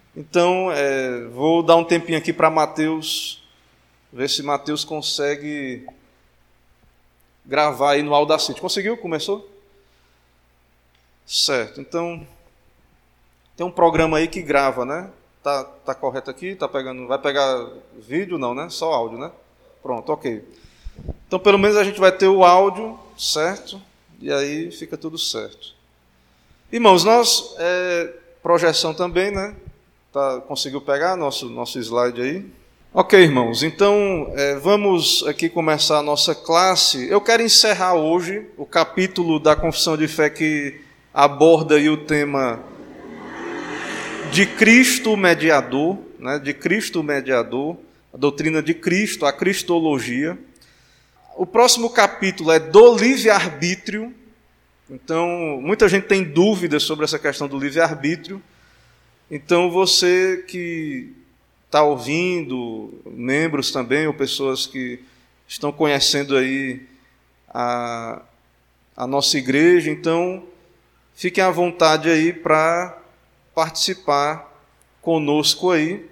Então, vou dar um tempinho aqui para Mateus, ver se Mateus consegue gravar aí no Audacity. Conseguiu? Começou? Certo. Então, tem um programa aí que grava, né? Tá correto aqui? Tá pegando? Vai pegar vídeo? Não, né? Só áudio, né? Pronto, ok. Então, pelo menos a gente vai ter o áudio, certo? E aí fica tudo certo. Irmãos, projeção também, né? Conseguiu pegar nosso slide aí? Ok, irmãos, então vamos aqui começar a nossa classe. Eu quero encerrar hoje o capítulo da Confissão de Fé que aborda aí o tema de Cristo mediador, né? De Cristo mediador, a doutrina de Cristo, a cristologia. O próximo capítulo é do livre-arbítrio. Então, muita gente tem dúvidas sobre essa questão do livre-arbítrio. Então, você que está ouvindo, membros também, ou pessoas que estão conhecendo aí a nossa igreja, então, fiquem à vontade aí para participar conosco aí.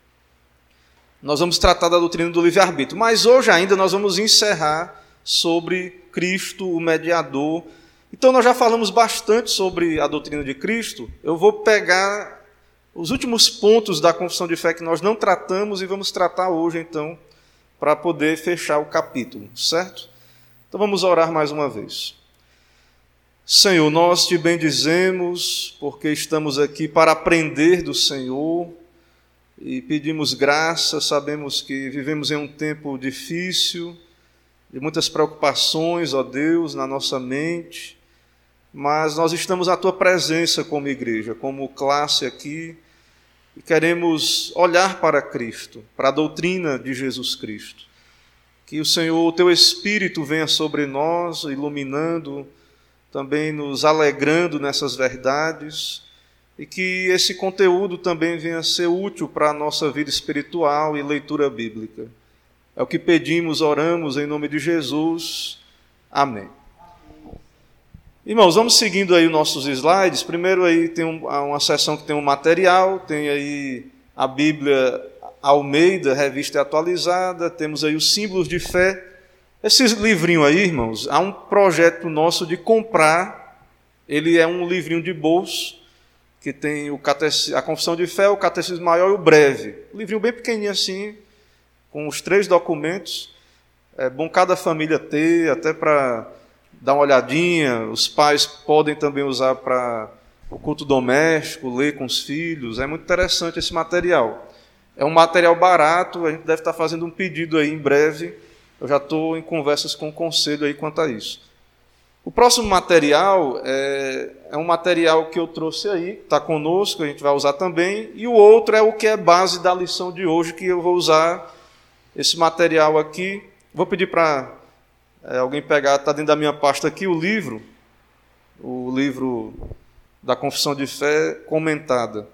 Nós vamos tratar da doutrina do livre-arbítrio, mas hoje ainda nós vamos encerrar sobre Cristo, o mediador. Então, nós já falamos bastante sobre a doutrina de Cristo. Eu vou pegar os últimos pontos da confissão de fé que nós não tratamos e vamos tratar hoje, então, para poder fechar o capítulo, certo? Então, vamos orar mais uma vez. Senhor, nós te bendizemos porque estamos aqui para aprender do Senhor e pedimos graça. Sabemos que vivemos em um tempo difícil, de muitas preocupações, ó Deus, na nossa mente, mas nós estamos à tua presença como igreja, como classe aqui, e queremos olhar para Cristo, para a doutrina de Jesus Cristo. Que o Senhor, o teu Espírito venha sobre nós, iluminando, também nos alegrando nessas verdades, e que esse conteúdo também venha a ser útil para a nossa vida espiritual e leitura bíblica. É o que pedimos, oramos em nome de Jesus. Amém. Irmãos, vamos seguindo aí os nossos slides. Primeiro aí tem uma seção que tem um material, tem aí a Bíblia Almeida, revista atualizada, temos aí os símbolos de fé. Esse livrinho aí, irmãos, há um projeto nosso de comprar. Ele é um livrinho de bolso, que tem a Confissão de Fé, o Catecismo Maior e o Breve. Um livrinho bem pequenininho assim, com os 3 documentos. É bom cada família ter, até para dar uma olhadinha. Os pais podem também usar para o culto doméstico, ler com os filhos. É muito interessante esse material. É um material barato, a gente deve estar fazendo um pedido aí em breve. Eu já estou em conversas com o conselho aí quanto a isso. O próximo material é um material que eu trouxe aí, está conosco, a gente vai usar também. E o outro é o que é base da lição de hoje, que eu vou usar esse material aqui. Vou pedir para alguém pegar, está dentro da minha pasta aqui, o livro da Confissão de Fé comentada.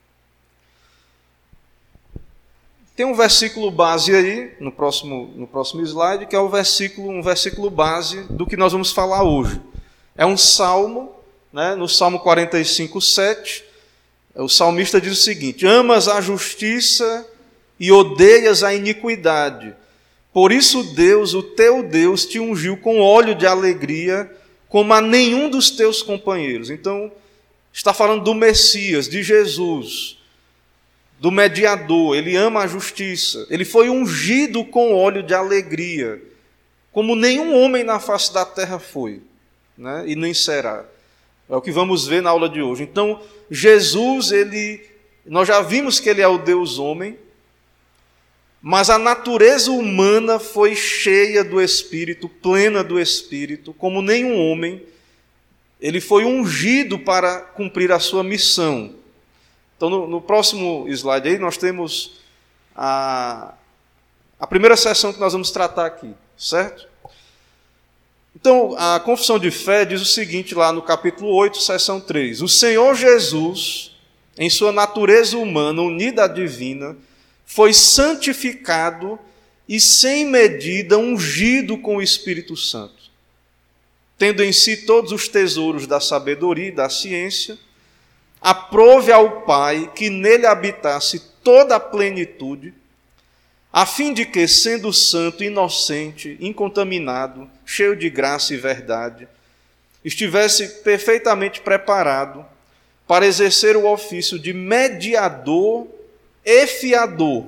Tem um versículo base aí, no próximo slide, que é um versículo base do que nós vamos falar hoje. É um salmo, né, no Salmo 45, 7, o salmista diz o seguinte: amas a justiça e odeias a iniquidade. Por isso Deus, o teu Deus, te ungiu com óleo de alegria, como a nenhum dos teus companheiros. Então, está falando do Messias, de Jesus, do mediador. Ele ama a justiça. Ele foi ungido com óleo de alegria, como nenhum homem na face da terra foi, né? E nem será. É o que vamos ver na aula de hoje. Então, Jesus, nós já vimos que ele é o Deus homem, mas a natureza humana foi cheia do Espírito, plena do Espírito, como nenhum homem. Ele foi ungido para cumprir a sua missão. Então, no próximo slide aí, nós temos a primeira seção que nós vamos tratar aqui, certo? Então, a Confissão de Fé diz o seguinte, lá no capítulo 8, seção 3. O Senhor Jesus, em sua natureza humana, unida à divina, foi santificado e sem medida ungido com o Espírito Santo, tendo em si todos os tesouros da sabedoria e da ciência, aprove ao Pai que nele habitasse toda a plenitude, a fim de que, sendo santo, inocente, incontaminado, cheio de graça e verdade, estivesse perfeitamente preparado para exercer o ofício de mediador e fiador.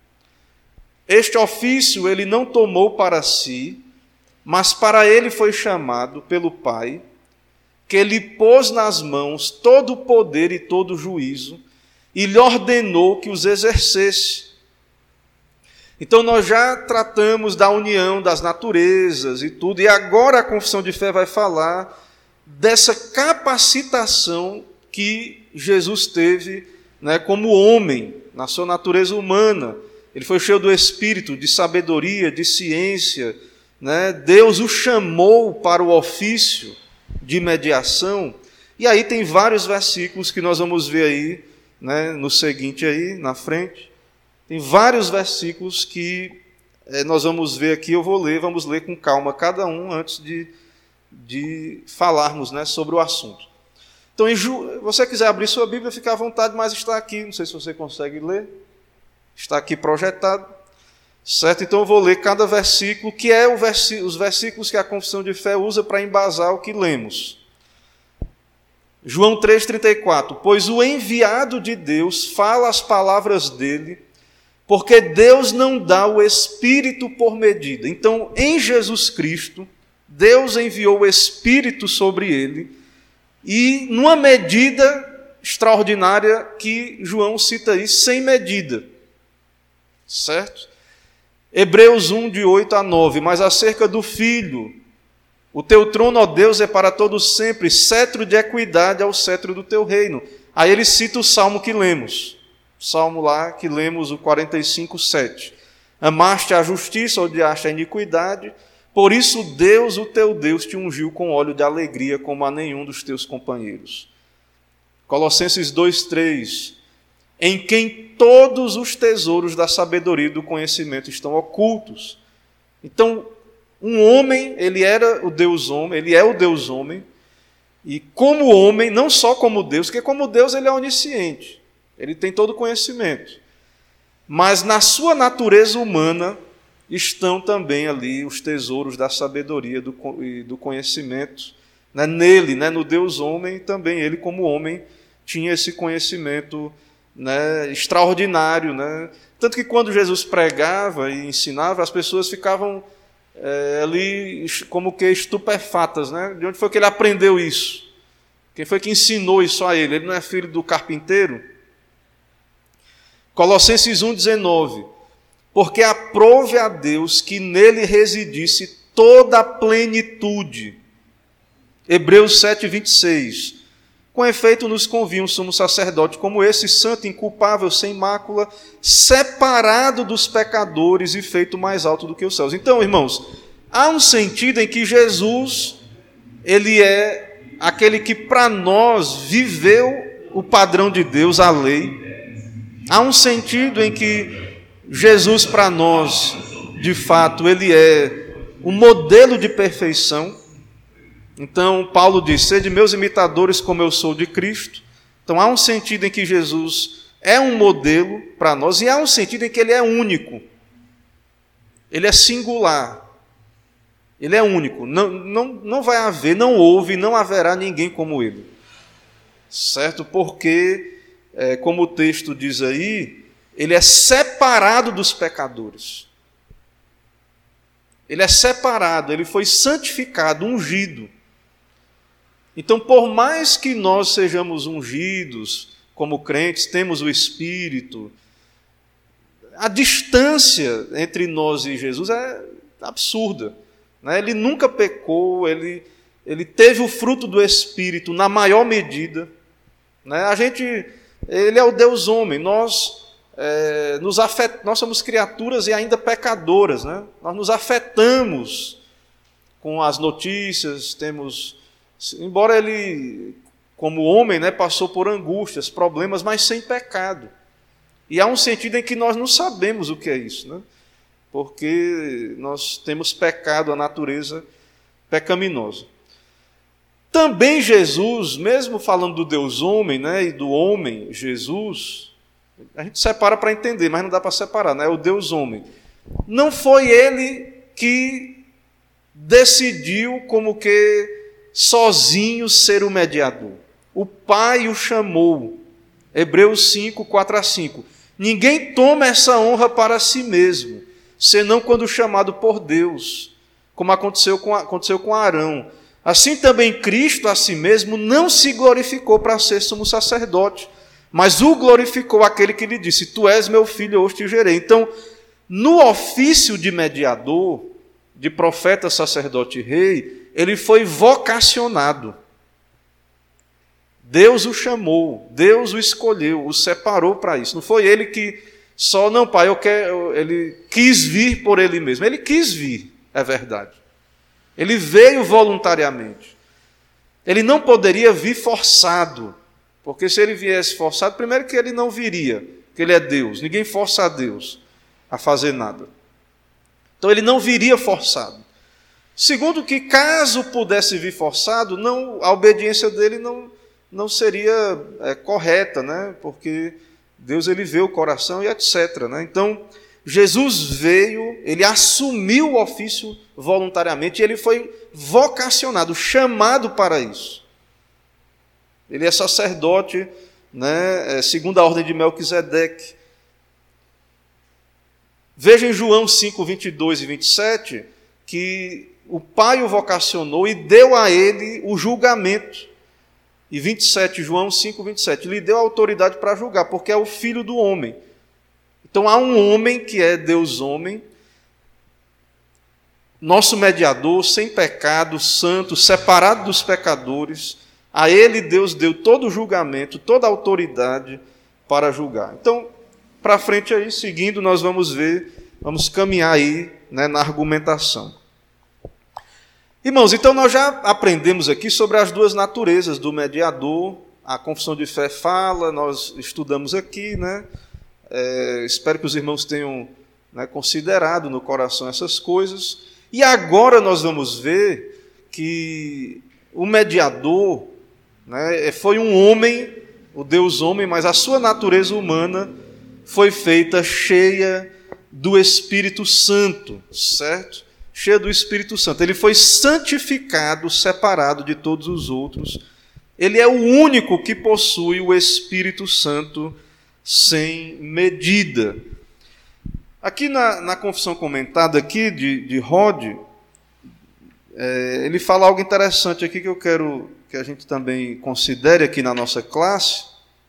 Este ofício ele não tomou para si, mas para ele foi chamado pelo Pai, que lhe pôs nas mãos todo o poder e todo o juízo, e lhe ordenou que os exercesse. Então nós já tratamos da união das naturezas e tudo, e agora a confissão de fé vai falar dessa capacitação que Jesus teve, né, como homem, na sua natureza humana. Ele foi cheio do Espírito, de sabedoria, de ciência, né? Deus o chamou para o ofício de mediação. E aí tem vários versículos que nós vamos ver aí, né, no seguinte aí, na frente. Tem vários versículos que nós vamos ver aqui, eu vou ler, vamos ler com calma cada um antes de falarmos, né, sobre o assunto. Então, se você quiser abrir sua Bíblia, fique à vontade, mas está aqui, não sei se você consegue ler, está aqui projetado, certo? Então eu vou ler cada versículo, que é os versículos que a confissão de fé usa para embasar o que lemos. João 3,34, pois o enviado de Deus fala as palavras dele, porque Deus não dá o Espírito por medida. Então, em Jesus Cristo, Deus enviou o Espírito sobre ele, e numa medida extraordinária que João cita aí, sem medida. Certo? Hebreus 1, de 8 a 9, mas acerca do Filho, o teu trono, ó Deus, é para todos sempre, cetro de equidade ao cetro do teu reino. Aí ele cita o salmo que lemos, o salmo lá que lemos, o 45, 7. Amaste a justiça, odiaste a iniquidade, por isso Deus, o teu Deus, te ungiu com óleo de alegria, como a nenhum dos teus companheiros. Colossenses 2, 3, em quem todos os tesouros da sabedoria e do conhecimento estão ocultos. Então, um homem, ele era o Deus homem, ele é o Deus homem, e como homem, não só como Deus, porque como Deus ele é onisciente, ele tem todo o conhecimento, mas na sua natureza humana estão também ali os tesouros da sabedoria e do conhecimento, né? Nele, né? No Deus homem, também ele como homem tinha esse conhecimento, né, extraordinário, né? Tanto que quando Jesus pregava e ensinava, as pessoas ficavam ali como que estupefatas, né? De onde foi que ele aprendeu isso? Quem foi que ensinou isso a ele? Ele não é filho do carpinteiro? Colossenses 1,19, porque aprove a Deus que nele residisse toda a plenitude. Hebreus 7,26, com efeito nos convinha um sumo sacerdote como esse, santo, inculpável, sem mácula, separado dos pecadores e feito mais alto do que os céus. Então, irmãos, há um sentido em que Jesus, ele é aquele que para nós viveu o padrão de Deus, a lei. Há um sentido em que Jesus para nós, de fato, ele é o modelo de perfeição. Então, Paulo diz, sede meus imitadores como eu sou de Cristo. Então, há um sentido em que Jesus é um modelo para nós, e há um sentido em que ele é único. Ele é singular. Ele é único. Não vai haver, não houve, não haverá ninguém como ele. Certo? Porque, como o texto diz aí, ele é separado dos pecadores. Ele é separado, ele foi santificado, ungido. Então, por mais que nós sejamos ungidos como crentes, temos o Espírito, a distância entre nós e Jesus é absurda, né? Ele nunca pecou, ele teve o fruto do Espírito na maior medida, né? Ele é o Deus homem, nós somos criaturas e ainda pecadoras, né? Nós nos afetamos com as notícias, embora ele, como homem, né, passou por angústias, problemas, mas sem pecado. E há um sentido em que nós não sabemos o que é isso, né? Porque nós temos pecado, a natureza pecaminosa. Também Jesus, mesmo falando do Deus homem, né, e do homem Jesus, a gente separa para entender, mas não dá para separar, né? O Deus homem. Não foi ele que decidiu como que sozinho ser o mediador. O Pai o chamou. Hebreus 5, 4-5. Ninguém toma essa honra para si mesmo, senão quando chamado por Deus, como aconteceu com Arão. Assim também Cristo a si mesmo não se glorificou para ser sumo sacerdote, mas o glorificou aquele que lhe disse: Tu és meu filho, hoje te gerei. Então, no ofício de mediador, de profeta, sacerdote e rei, ele foi vocacionado. Deus o chamou, Deus o escolheu, o separou para isso. Não foi ele que só, não, pai, ele quis vir por ele mesmo. Ele quis vir, é verdade. Ele veio voluntariamente. Ele não poderia vir forçado, porque se ele viesse forçado, primeiro que ele não viria, porque ele é Deus. Ninguém força a Deus a fazer nada. Então ele não viria forçado. Segundo que, caso pudesse vir forçado, a obediência dele não seria correta, né? Porque Deus ele vê o coração e etc. Né? Então, Jesus veio, ele assumiu o ofício voluntariamente e ele foi vocacionado, chamado para isso. Ele é sacerdote, né, segundo a ordem de Melquisedeque. Veja em João 5, 22 e 27, que o Pai o vocacionou e deu a ele o julgamento. E 27, João 5, 27, lhe deu autoridade para julgar, porque é o Filho do homem. Então há um homem que é Deus homem, nosso mediador, sem pecado, santo, separado dos pecadores. A ele Deus deu todo o julgamento, toda a autoridade para julgar. Então, para frente aí, seguindo, nós vamos caminhar aí, né, na argumentação. Irmãos, então nós já aprendemos aqui sobre as duas naturezas do mediador. A confissão de fé fala, nós estudamos aqui, né? Espero que os irmãos tenham, né, considerado no coração essas coisas. E agora nós vamos ver que o mediador, né, foi um homem, o Deus homem, mas a sua natureza humana foi feita cheia do Espírito Santo, certo? Cheia do Espírito Santo. Ele foi santificado, separado de todos os outros. Ele é o único que possui o Espírito Santo sem medida. Aqui na confissão comentada aqui de Rod, ele fala algo interessante aqui que eu quero que a gente também considere aqui na nossa classe.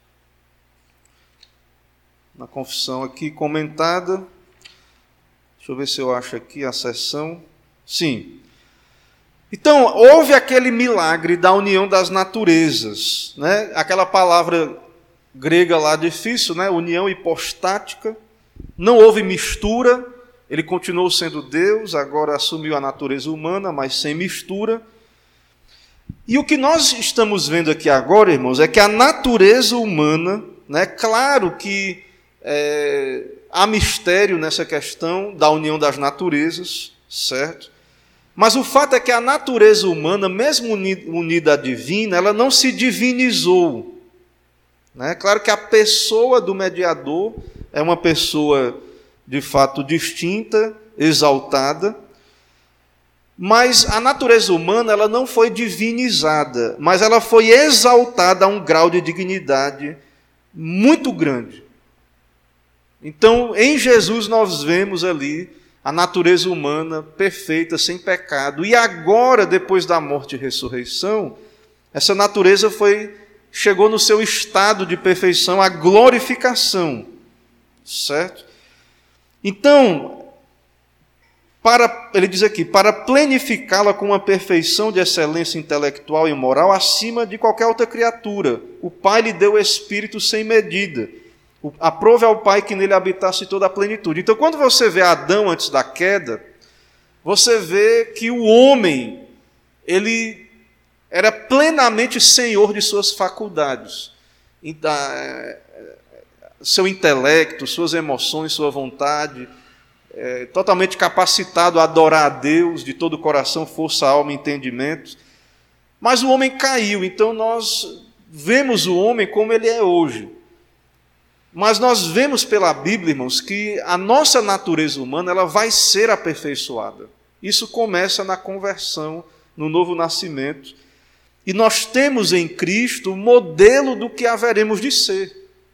Na confissão aqui comentada. Deixa eu ver se eu acho aqui a seção. Sim. Então, houve aquele milagre da união das naturezas, né? Aquela palavra grega lá difícil, né? União hipostática. Não houve mistura, ele continuou sendo Deus, agora assumiu a natureza humana, mas sem mistura. E o que nós estamos vendo aqui agora, irmãos, é que a natureza humana, né? Claro que há mistério nessa questão da união das naturezas, certo? Mas o fato é que a natureza humana, mesmo unida à divina, ela não se divinizou. É claro que a pessoa do mediador é uma pessoa, de fato, distinta, exaltada, mas a natureza humana ela não foi divinizada, mas ela foi exaltada a um grau de dignidade muito grande. Então, em Jesus nós vemos ali a natureza humana perfeita, sem pecado. E agora, depois da morte e ressurreição, essa natureza chegou no seu estado de perfeição, a glorificação. Certo? Então, ele diz aqui, para plenificá-la com uma perfeição de excelência intelectual e moral acima de qualquer outra criatura, o Pai lhe deu o Espírito sem medida. Aprove ao Pai que nele habitasse toda a plenitude. Então, quando você vê Adão antes da queda, você vê que o homem, ele era plenamente senhor de suas faculdades, seu intelecto, suas emoções, sua vontade, totalmente capacitado a adorar a Deus de todo o coração, força, alma e entendimento. Mas o homem caiu, então nós vemos o homem como ele é hoje. Mas nós vemos pela Bíblia, irmãos, que a nossa natureza humana ela vai ser aperfeiçoada. Isso começa na conversão, no novo nascimento. E nós temos em Cristo o modelo do que haveremos de ser.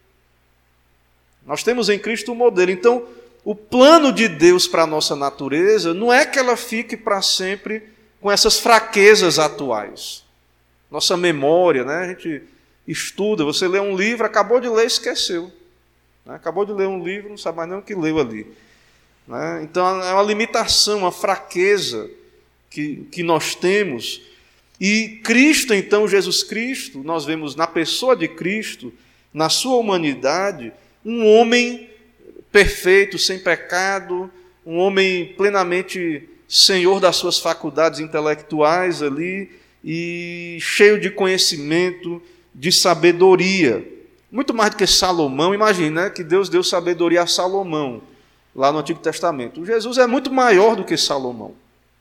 Nós temos em Cristo o modelo. Então, o plano de Deus para a nossa natureza não é que ela fique para sempre com essas fraquezas atuais. Nossa memória, né? A gente estuda, você lê um livro, acabou de ler, esqueceu. Acabou de ler um livro, não sabe mais nem o que leu ali. Então, é uma limitação, uma fraqueza que nós temos. E Cristo, então, Jesus Cristo, nós vemos na pessoa de Cristo, na sua humanidade, um homem perfeito, sem pecado, um homem plenamente senhor das suas faculdades intelectuais ali, e cheio de conhecimento, de sabedoria. Muito mais do que Salomão, imagine, né, que Deus deu sabedoria a Salomão, lá no Antigo Testamento. Jesus é muito maior do que Salomão.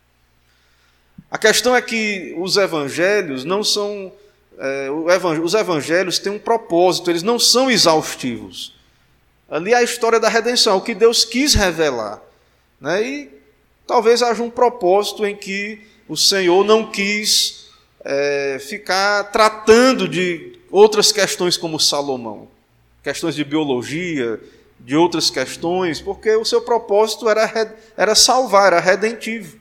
A questão é que os evangelhos não são... os evangelhos têm um propósito, eles não são exaustivos. Ali é a história da redenção, o que Deus quis revelar. Né? E talvez haja um propósito em que o Senhor não quis ficar tratando de outras questões como Salomão, questões de biologia, de outras questões, porque o seu propósito era salvar, era redentivo.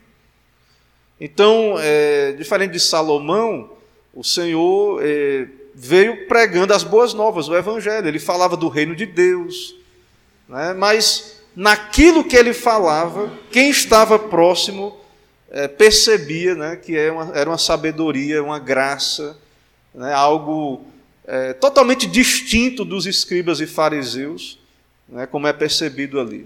Então, diferente de Salomão, o Senhor veio pregando as boas novas, o Evangelho. Ele falava do reino de Deus, né? Mas naquilo que ele falava, quem estava próximo percebia, né, que era uma sabedoria, uma graça, né, algo totalmente distinto dos escribas e fariseus, né, como é percebido ali.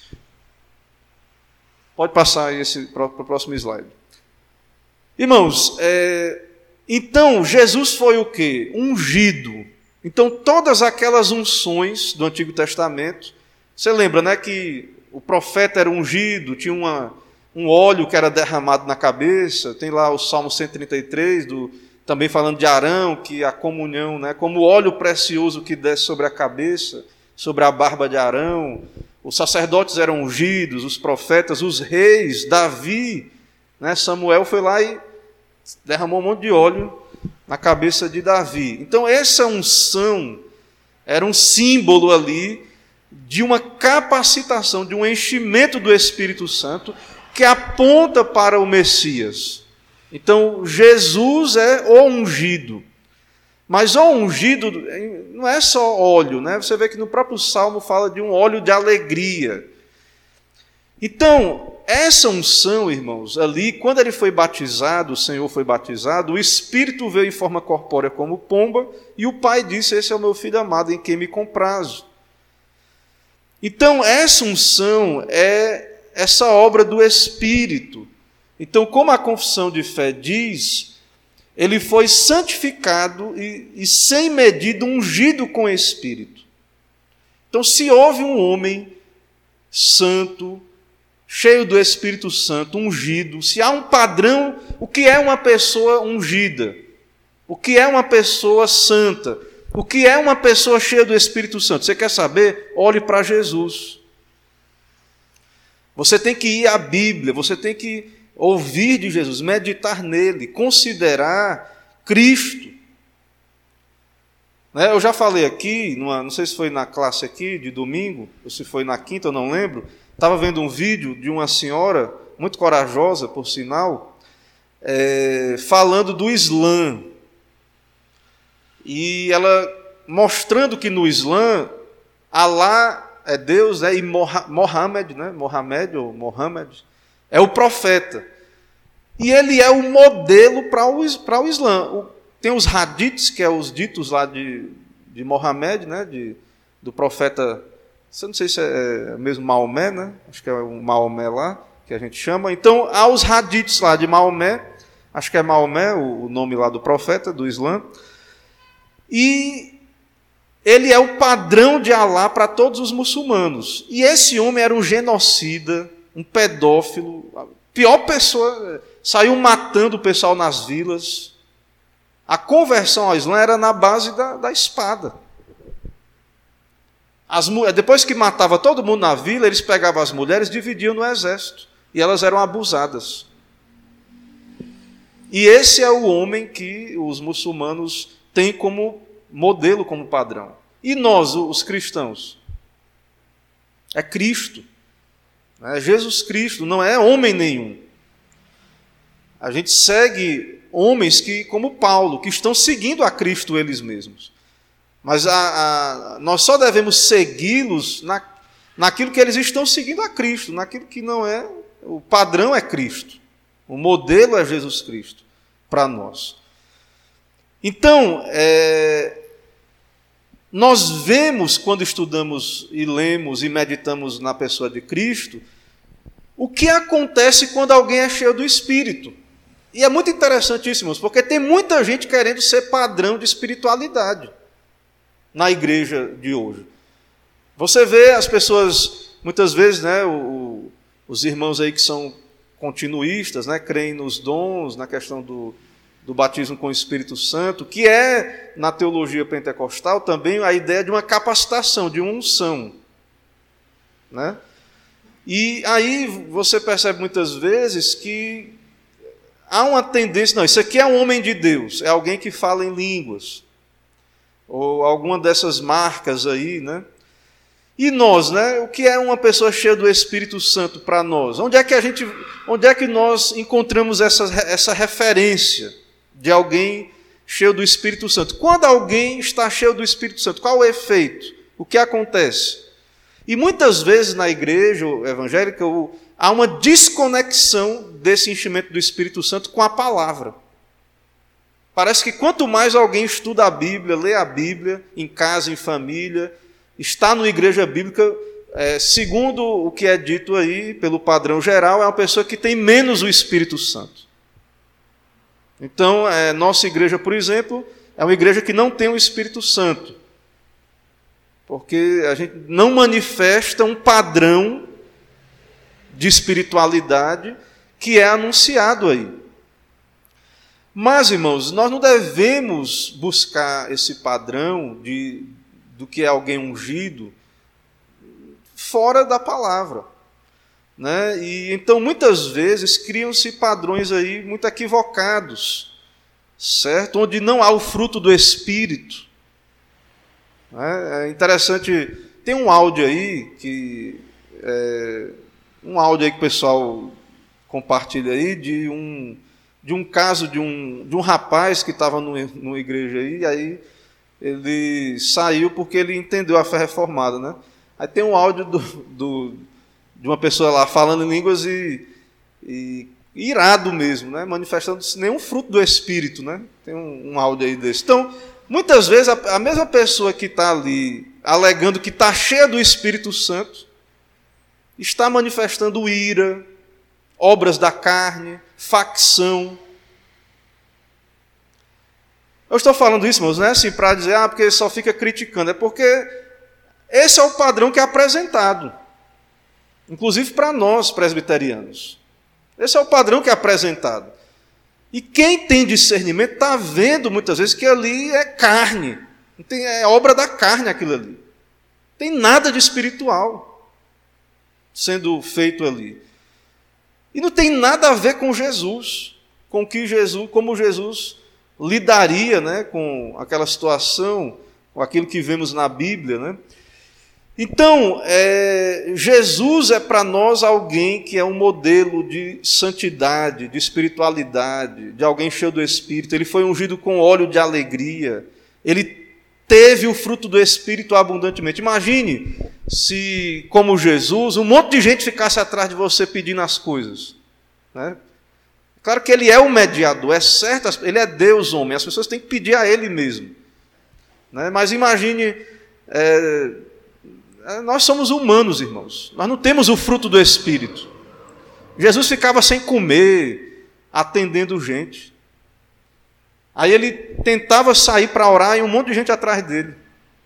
Pode passar aí para o próximo slide. Irmãos, então Jesus foi o quê? Ungido. Então todas aquelas unções do Antigo Testamento, você lembra, né, que o profeta era ungido, tinha um óleo que era derramado na cabeça, tem lá o Salmo 133, também falando de Arão, que a comunhão, né, como o óleo precioso que desce sobre a cabeça, sobre a barba de Arão, os sacerdotes eram ungidos, os profetas, os reis, Davi, né, Samuel foi lá e derramou um monte de óleo na cabeça de Davi. Então essa unção era um símbolo ali de uma capacitação, de um enchimento do Espírito Santo que aponta para o Messias. Então Jesus é o ungido. Mas o ungido não é só óleo, né? Você vê que no próprio Salmo fala de um óleo de alegria. Então, essa unção, irmãos, ali, quando ele foi batizado, o Senhor foi batizado, o Espírito veio em forma corpórea como pomba, e o Pai disse: esse é o meu Filho amado, em quem me comprazo. Então, essa unção é essa obra do Espírito. Então, como a confissão de fé diz, ele foi santificado e sem medida ungido com o Espírito. Então, se houve um homem santo, cheio do Espírito Santo, ungido, se há um padrão, o que é uma pessoa ungida? O que é uma pessoa santa? O que é uma pessoa cheia do Espírito Santo? Você quer saber? Olhe para Jesus. Você tem que ir à Bíblia, você tem que ouvir de Jesus, meditar nele, considerar Cristo. Eu já falei aqui, não sei se foi na classe aqui de domingo, ou se foi na quinta, eu não lembro. Estava vendo um vídeo de uma senhora, muito corajosa, por sinal, falando do Islã. E ela mostrando que no Islã, Alá é Deus, e Mohammed, né? Mohammed é o profeta. E ele é o modelo para o Islã. Tem os hadiths, que é os ditos lá de Mohammed, né? Do profeta, eu não sei se é mesmo Maomé, né? Acho que é o Maomé lá, que a gente chama. Então, há os hadiths lá de Maomé, acho que é Maomé o nome lá do profeta, do Islã. E ele é o padrão de Alá para todos os muçulmanos. E esse homem era um genocida, um pedófilo, a pior pessoa, saiu matando o pessoal nas vilas, A conversão ao Islã era na base da espada. Depois que matava todo mundo na vila, eles pegavam as mulheres e dividiam no exército. E elas eram abusadas. E esse é o homem que os muçulmanos têm como modelo, como padrão. E nós, os cristãos? É Cristo. É Jesus Cristo, não é homem nenhum. A gente segue homens que, como Paulo, que estão seguindo a Cristo eles mesmos. Mas nós só devemos segui-los naquilo que eles estão seguindo a Cristo, naquilo que não é. O padrão é Cristo. O modelo é Jesus Cristo para nós. Então, nós vemos, quando estudamos e lemos e meditamos na pessoa de Cristo, o que acontece quando alguém é cheio do Espírito. E é muito interessante isso, irmãos, porque tem muita gente querendo ser padrão de espiritualidade na igreja de hoje. Você vê as pessoas, muitas vezes, né, os irmãos aí que são continuistas, né, creem nos dons, na questão do batismo com o Espírito Santo, que é, na teologia pentecostal, também a ideia de uma capacitação, de uma unção. Né? E aí você percebe muitas vezes que há uma tendência, não, isso aqui é um homem de Deus, é alguém que fala em línguas, ou alguma dessas marcas aí, né? E nós, né? O que é uma pessoa cheia do Espírito Santo para nós? Onde é que nós encontramos essa referência de alguém cheio do Espírito Santo? Quando alguém está cheio do Espírito Santo, qual o efeito? O que acontece? E muitas vezes na igreja evangélica há uma desconexão desse enchimento do Espírito Santo com a palavra. Parece que quanto mais alguém estuda a Bíblia, lê a Bíblia, em casa, em família, está numa igreja bíblica, segundo o que é dito aí, pelo padrão geral, é uma pessoa que tem menos o Espírito Santo. Então, nossa igreja, por exemplo, é uma igreja que não tem o Espírito Santo, porque a gente não manifesta um padrão de espiritualidade que é anunciado aí. Mas, irmãos, nós não devemos buscar esse padrão do que é alguém ungido fora da palavra. Né? E então, muitas vezes, criam-se padrões aí muito equivocados, certo? Onde não há o fruto do Espírito. É interessante, tem um áudio aí que o pessoal compartilha aí de um caso de um rapaz que estava numa igreja aí ele saiu porque ele entendeu a fé reformada, né? Aí tem um áudio de uma pessoa lá falando em línguas e irado mesmo, né? Manifestando nenhum fruto do Espírito, né? Tem um áudio aí desse. Então, muitas vezes a mesma pessoa que está ali alegando que está cheia do Espírito Santo está manifestando ira, obras da carne, facção. Eu estou falando isso, irmãos, não é assim para dizer, porque ele só fica criticando, é porque esse é o padrão que é apresentado, inclusive para nós, presbiterianos. Esse é o padrão que é apresentado. E quem tem discernimento está vendo muitas vezes que ali é carne, é obra da carne aquilo ali. Não tem nada de espiritual sendo feito ali. E não tem nada a ver com Jesus, como Jesus lidaria, né, com aquela situação, com aquilo que vemos na Bíblia. Né? Então, Jesus é para nós alguém que é um modelo de santidade, de espiritualidade, de alguém cheio do Espírito. Ele foi ungido com óleo de alegria. Ele teve o fruto do Espírito abundantemente. Imagine se, como Jesus, um monte de gente ficasse atrás de você pedindo as coisas. Né? Claro que ele é o mediador, é certo, ele é Deus, homem, as pessoas têm que pedir a ele mesmo. Né? Mas imagine, nós somos humanos, irmãos, nós não temos o fruto do Espírito. Jesus ficava sem comer, atendendo gente. Aí ele tentava sair para orar e um monte de gente atrás dele.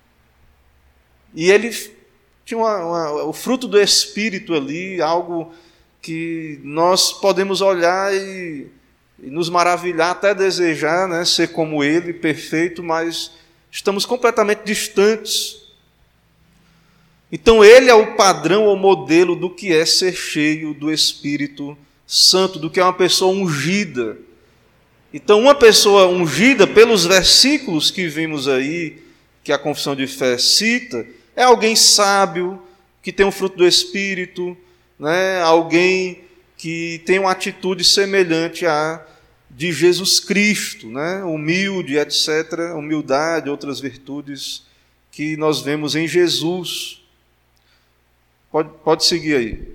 E ele tinha o fruto do Espírito ali, algo que nós podemos olhar e e nos maravilhar, até desejar, né, ser como Ele, perfeito, mas estamos completamente distantes. Então Ele é o padrão ou modelo do que é ser cheio do Espírito Santo, do que é uma pessoa ungida. Então uma pessoa ungida, pelos versículos que vimos aí, que a Confissão de Fé cita, é alguém sábio, que tem um fruto do Espírito, né? Alguém que tem uma atitude semelhante à de Jesus Cristo, né? Humilde, etc., humildade, outras virtudes que nós vemos em Jesus. Pode seguir aí.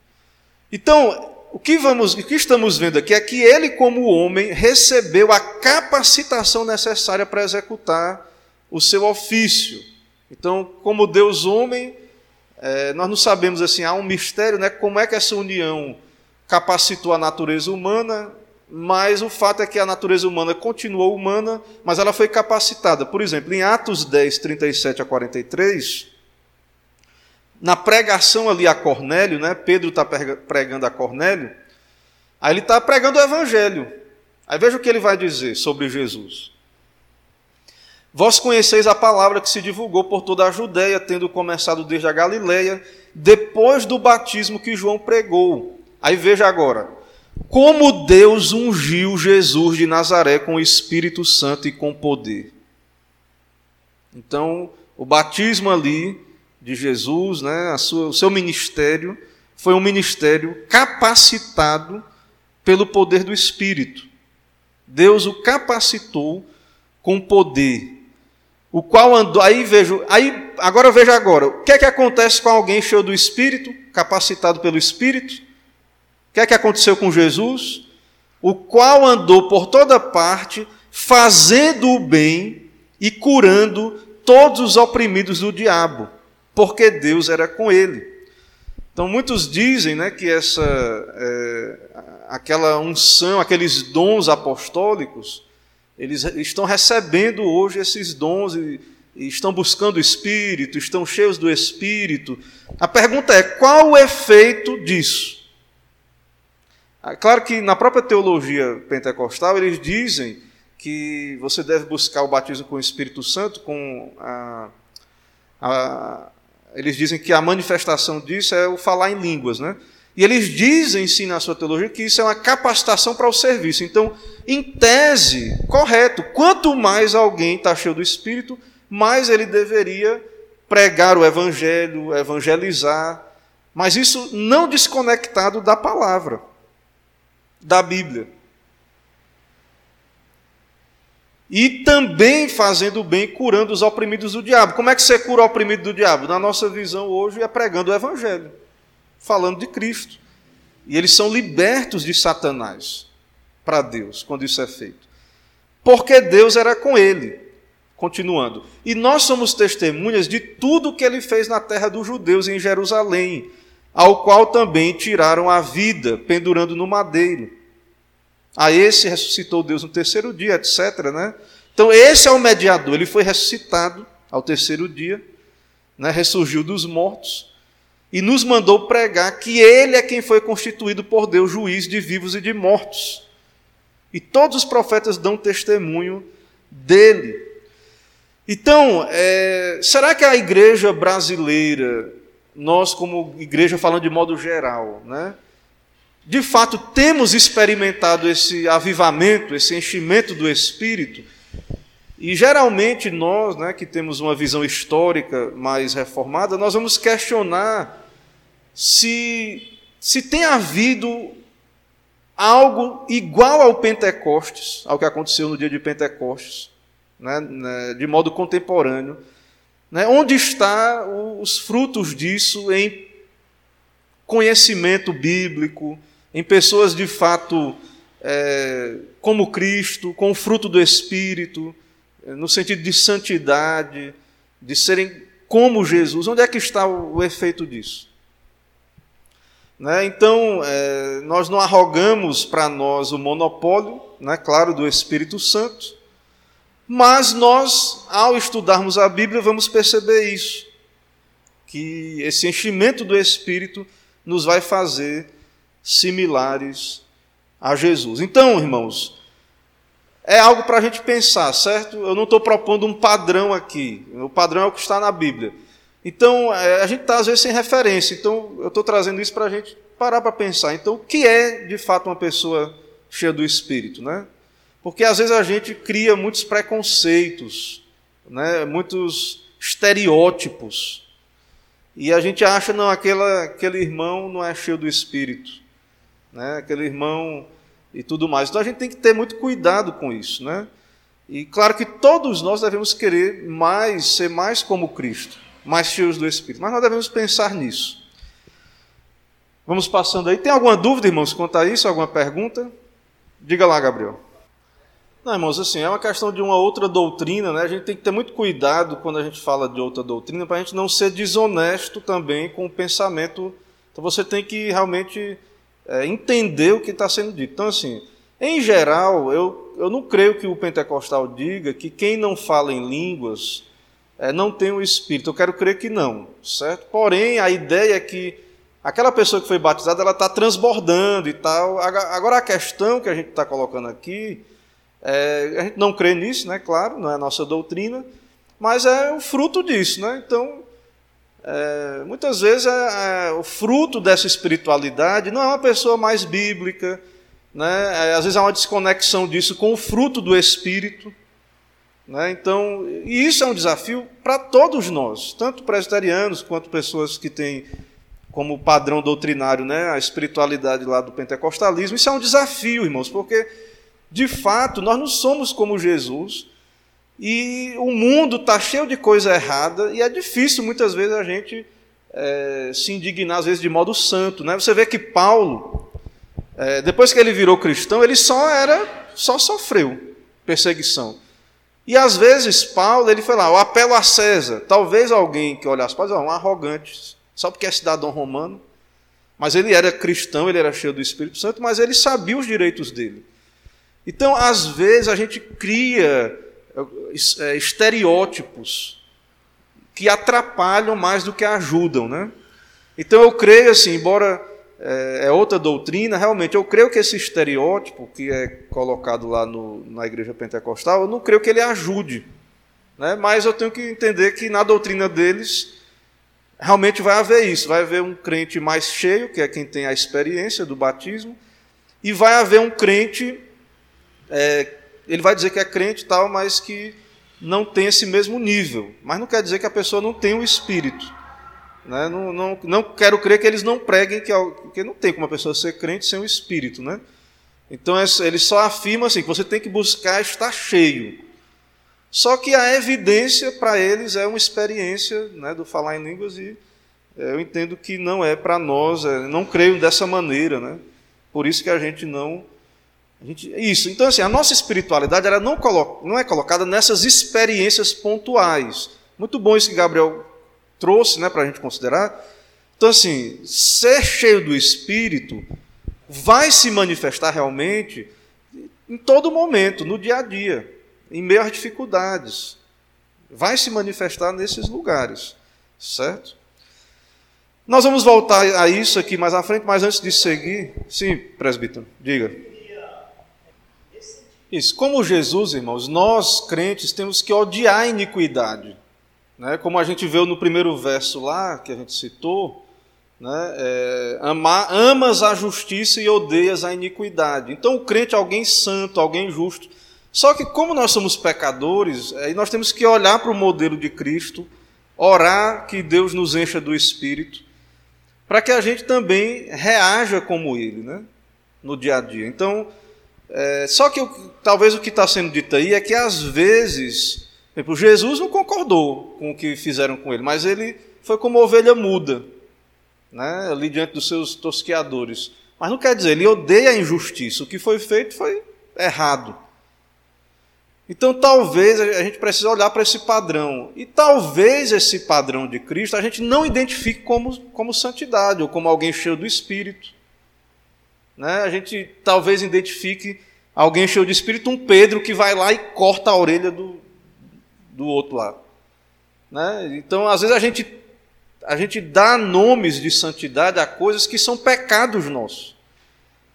Então, o que estamos vendo aqui é que ele, como homem, recebeu a capacitação necessária para executar o seu ofício. Então, como Deus homem, nós não sabemos assim, há um mistério, né, como é que essa união capacitou a natureza humana, mas o fato é que a natureza humana continuou humana, mas ela foi capacitada. Por exemplo, em Atos 10, 37 a 43, na pregação ali a Cornélio, né, Pedro está pregando a Cornélio, aí ele está pregando o Evangelho. Aí veja o que ele vai dizer sobre Jesus. Vós conheceis a palavra que se divulgou por toda a Judéia, tendo começado desde a Galileia, depois do batismo que João pregou. Aí veja agora, como Deus ungiu Jesus de Nazaré com o Espírito Santo e com poder. Então, o batismo ali de Jesus, né, o seu ministério, foi um ministério capacitado pelo poder do Espírito. Deus o capacitou com poder, o qual andou. Agora veja agora, o que é que acontece com alguém cheio do Espírito, capacitado pelo Espírito? O que é que aconteceu com Jesus? O qual andou por toda parte, fazendo o bem e curando todos os oprimidos do diabo, porque Deus era com ele. Então muitos dizem, né, que aquela unção, aqueles dons apostólicos, eles estão recebendo hoje esses dons e estão buscando o Espírito, estão cheios do Espírito. A pergunta é, qual o efeito disso? Claro que na própria teologia pentecostal eles dizem que você deve buscar o batismo com o Espírito Santo, eles dizem que a manifestação disso é o falar em línguas, né? E eles dizem, sim, na sua teologia, que isso é uma capacitação para o serviço. Então, em tese, correto, quanto mais alguém está cheio do Espírito, mais ele deveria pregar o Evangelho, evangelizar, mas isso não desconectado da palavra, da Bíblia. E também fazendo o bem, curando os oprimidos do diabo. Como é que você cura o oprimido do diabo? Na nossa visão hoje é pregando o Evangelho, falando de Cristo. E eles são libertos de Satanás para Deus, quando isso é feito. Porque Deus era com ele. Continuando. E nós somos testemunhas de tudo o que ele fez na terra dos judeus em Jerusalém, ao qual também tiraram a vida, pendurando no madeiro. A esse ressuscitou Deus no terceiro dia, etc. Né? Então esse é o mediador, ele foi ressuscitado ao terceiro dia, né? Ressurgiu dos mortos, e nos mandou pregar que ele é quem foi constituído por Deus, juiz de vivos e de mortos. E todos os profetas dão testemunho dele. Então, será que a igreja brasileira, nós como igreja falando de modo geral, né, de fato temos experimentado esse avivamento, esse enchimento do Espírito? E geralmente nós, né, que temos uma visão histórica mais reformada, nós vamos questionar se tem havido algo igual ao Pentecostes, ao que aconteceu no dia de Pentecostes, né, de modo contemporâneo. Né, onde estão os frutos disso em conhecimento bíblico, em pessoas de fato como Cristo, com o fruto do Espírito, no sentido de santidade, de serem como Jesus? Onde é que está o efeito disso? Né? Então, nós não arrogamos para nós o monopólio, né, claro, do Espírito Santo, mas nós, ao estudarmos a Bíblia, vamos perceber isso, que esse enchimento do Espírito nos vai fazer similares a Jesus. Então, irmãos, é algo para a gente pensar, certo? Eu não estou propondo um padrão aqui. O padrão é o que está na Bíblia. Então, a gente está, às vezes, sem referência. Então, eu estou trazendo isso para a gente parar para pensar. Então, o que é, de fato, uma pessoa cheia do Espírito, né? Porque, às vezes, a gente cria muitos preconceitos, né? Muitos estereótipos. E a gente acha, não, aquele irmão não é cheio do Espírito, né? Aquele irmão e tudo mais. Então, a gente tem que ter muito cuidado com isso, né? E, claro que todos nós devemos querer ser mais como Cristo, mais cheios do Espírito. Mas nós devemos pensar nisso. Vamos passando aí. Tem alguma dúvida, irmãos, quanto a isso? Alguma pergunta? Diga lá, Gabriel. Não, irmãos, assim, é uma questão de uma outra doutrina, né? A gente tem que ter muito cuidado quando a gente fala de outra doutrina, para a gente não ser desonesto também com o pensamento. Então, você tem que realmente entender o que está sendo dito. Então, assim, em geral, eu não creio que o pentecostal diga que quem não fala em línguas não tem o Espírito. Eu quero crer que não, certo? Porém, a ideia é que aquela pessoa que foi batizada, ela está transbordando e tal. Agora, a questão que a gente está colocando aqui, a gente não crê nisso, né? Claro, não é a nossa doutrina, mas é o fruto disso, né? Então, muitas vezes o fruto dessa espiritualidade não é uma pessoa mais bíblica, né? Às vezes há uma desconexão disso com o fruto do Espírito, né? Então, e isso é um desafio para todos nós, tanto presbiterianos quanto pessoas que têm como padrão doutrinário, né, a espiritualidade lá do pentecostalismo. Isso é um desafio, irmãos, porque, de fato, nós não somos como Jesus e o mundo está cheio de coisa errada e é difícil, muitas vezes, a gente se indignar, às vezes, de modo santo, né? Você vê que Paulo, depois que ele virou cristão, ele só sofreu perseguição. E, às vezes, Paulo, ele foi lá, eu apelo a César. Talvez alguém que olhasse para um arrogante, só porque é cidadão romano, mas ele era cristão, ele era cheio do Espírito Santo, mas ele sabia os direitos dele. Então, às vezes, a gente cria estereótipos que atrapalham mais do que ajudam, né? Então, eu creio assim, embora é outra doutrina, realmente, eu creio que esse estereótipo que é colocado lá na igreja pentecostal, eu não creio que ele ajude, né? Mas eu tenho que entender que na doutrina deles, realmente vai haver isso, vai haver um crente mais cheio, que é quem tem a experiência do batismo, e vai haver um crente, ele vai dizer que é crente e tal, mas que não tem esse mesmo nível. Mas não quer dizer que a pessoa não tem o Espírito. Né? Não quero crer que eles não preguem, que não tem como a pessoa ser crente sem o Espírito. Né? Então, eles só afirmam assim, que você tem que buscar estar cheio. Só que a evidência para eles é uma experiência, né, do falar em línguas, e eu entendo que não é para nós, não creio dessa maneira, né? Por isso que a gente não... Isso, então assim, a nossa espiritualidade ela não é colocada nessas experiências pontuais. Muito bom isso que Gabriel trouxe, né, para a gente considerar. Então assim, ser cheio do Espírito vai se manifestar realmente em todo momento, no dia a dia, em meio às dificuldades. Vai se manifestar nesses lugares, certo? Nós vamos voltar a isso aqui mais à frente, mas antes de seguir... Sim, presbítero, diga. Isso, como Jesus, irmãos, nós, crentes, temos que odiar a iniquidade. Né? Como a gente viu no primeiro verso lá, que a gente citou, né? Amas a justiça e odeias a iniquidade. Então o crente é alguém santo, alguém justo. Só que como nós somos pecadores, nós temos que olhar para o modelo de Cristo, orar que Deus nos encha do Espírito, para que a gente também reaja como Ele, né? No dia a dia. Então, só que talvez o que está sendo dito aí é que às vezes, por exemplo, Jesus não concordou com o que fizeram com ele, mas ele foi como ovelha muda, né? Ali diante dos seus tosqueadores. Mas não quer dizer, ele odeia a injustiça. O que foi feito foi errado. Então, talvez a gente precise olhar para esse padrão. E talvez esse padrão de Cristo a gente não identifique como santidade ou como alguém cheio do Espírito. Né? A gente talvez identifique alguém cheio de Espírito, um Pedro que vai lá e corta a orelha do outro lado. Né? Então, às vezes a gente dá nomes de santidade a coisas que são pecados nossos.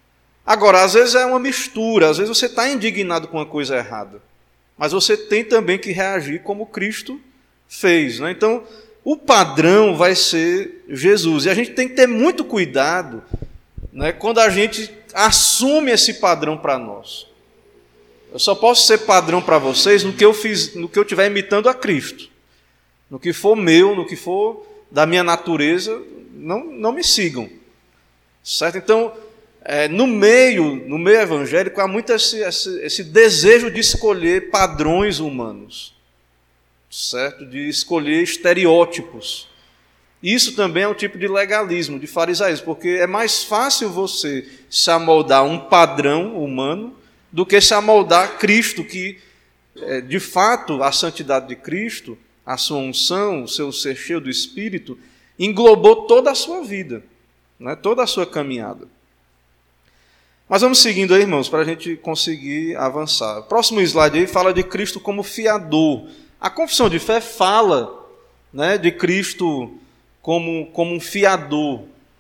Agora, às vezes é uma mistura, às vezes você está indignado com uma coisa errada, mas você tem também que reagir como Cristo fez, né? Então, o padrão vai ser Jesus. E a gente tem que ter muito cuidado, né, quando a gente assume esse padrão para nós. Eu só posso ser padrão para vocês no que eu estiver imitando a Cristo. No que for meu, no que for da minha natureza, não me sigam. Certo? Então, no meio evangélico há muito esse desejo de escolher padrões humanos, certo? De escolher estereótipos. Isso também é um tipo de legalismo, de farisaísmo, porque é mais fácil você se amoldar a um padrão humano do que se amoldar a Cristo, que, de fato, a santidade de Cristo, a sua unção, o seu ser cheio do Espírito, englobou toda a sua vida, né? Toda a sua caminhada. Mas vamos seguindo aí, irmãos, para a gente conseguir avançar. O próximo slide aí fala de Cristo como fiador. A confissão de fé fala, né, de Cristo como um fiador.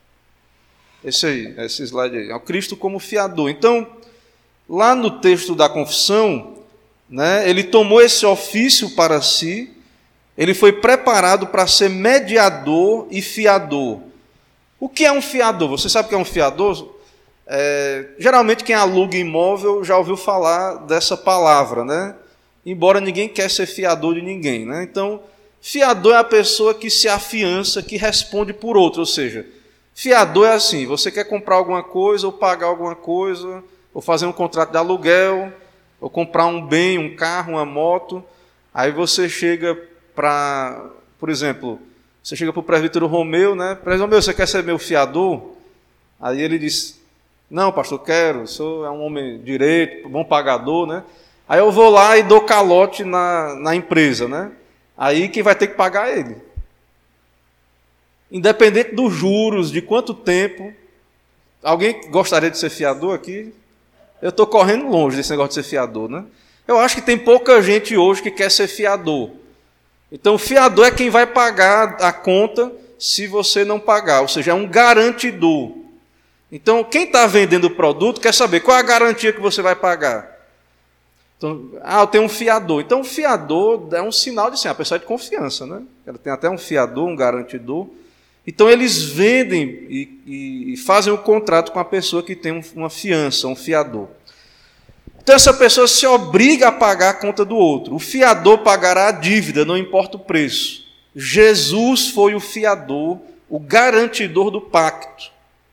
Esse slide aí. É o Cristo como fiador. Então, lá no texto da confissão, né, ele tomou esse ofício para si, ele foi preparado para ser mediador e fiador. O que é um fiador? Você sabe o que é um fiador? Geralmente quem aluga imóvel já ouviu falar dessa palavra, né? Embora ninguém quer ser fiador de ninguém, né? Então, fiador é a pessoa que se afiança, que responde por outro. Ou seja, fiador é assim, você quer comprar alguma coisa, ou pagar alguma coisa, ou fazer um contrato de aluguel, ou comprar um bem, um carro, uma moto, aí você chega para, por exemplo, você chega para o presbítero Romeu, né? Presbítero Romeu, você quer ser meu fiador? Aí ele diz, não, pastor, quero, sou um homem direito, bom pagador, né? Aí eu vou lá e dou calote na empresa, né? Aí quem vai ter que pagar é ele. Independente dos juros, de quanto tempo. Alguém gostaria de ser fiador aqui? Eu estou correndo longe desse negócio de ser fiador, né? Eu acho que tem pouca gente hoje que quer ser fiador. Então, fiador é quem vai pagar a conta se você não pagar, ou seja, é um garantidor. Então, quem está vendendo o produto quer saber qual é a garantia que você vai pagar. Então, eu tenho um fiador. Então, o fiador é um sinal de a pessoa é de confiança, né? Ela tem até um fiador, um garantidor. Então, eles vendem e fazem um contrato com a pessoa que tem uma fiança, um fiador. Então, essa pessoa se obriga a pagar a conta do outro. O fiador pagará a dívida, não importa o preço. Jesus foi o fiador, o garantidor do pacto.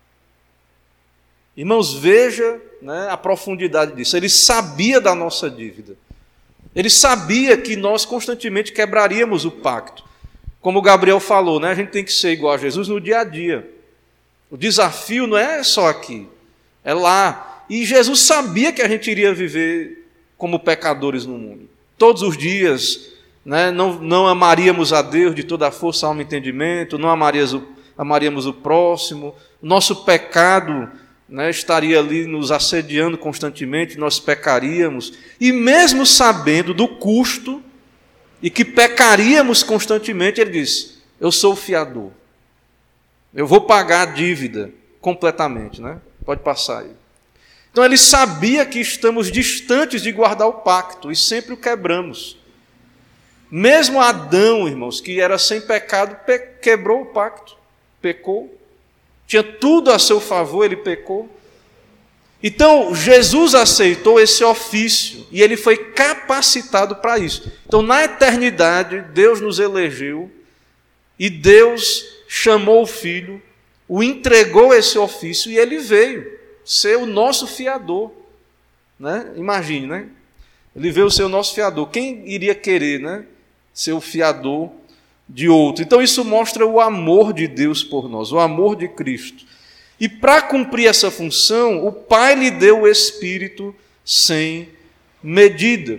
Irmãos, veja, né, a profundidade disso. Ele sabia da nossa dívida. Ele sabia que nós constantemente quebraríamos o pacto. Como o Gabriel falou, né, a gente tem que ser igual a Jesus no dia a dia. O desafio não é só aqui, é lá. E Jesus sabia que a gente iria viver como pecadores no mundo. Todos os dias, né, não amaríamos a Deus de toda a força, alma e entendimento, não amaríamos o próximo. Nosso pecado, né, estaria ali nos assediando constantemente, nós pecaríamos. E mesmo sabendo do custo e que pecaríamos constantemente, ele disse, eu sou o fiador. Eu vou pagar a dívida completamente, né? Pode passar aí. Então ele sabia que estamos distantes de guardar o pacto e sempre o quebramos. Mesmo Adão, irmãos, que era sem pecado, quebrou o pacto, pecou. Tinha tudo a seu favor, ele pecou. Então Jesus aceitou esse ofício e ele foi capacitado para isso. Então na eternidade Deus nos elegeu e Deus chamou o Filho, o entregou esse ofício e ele veio ser o nosso fiador, né? Imagine, né? Ele veio ser o nosso fiador. Quem iria querer, né, ser o fiador de outro? Então isso mostra o amor de Deus por nós, o amor de Cristo. E para cumprir essa função, o Pai lhe deu o Espírito sem medida.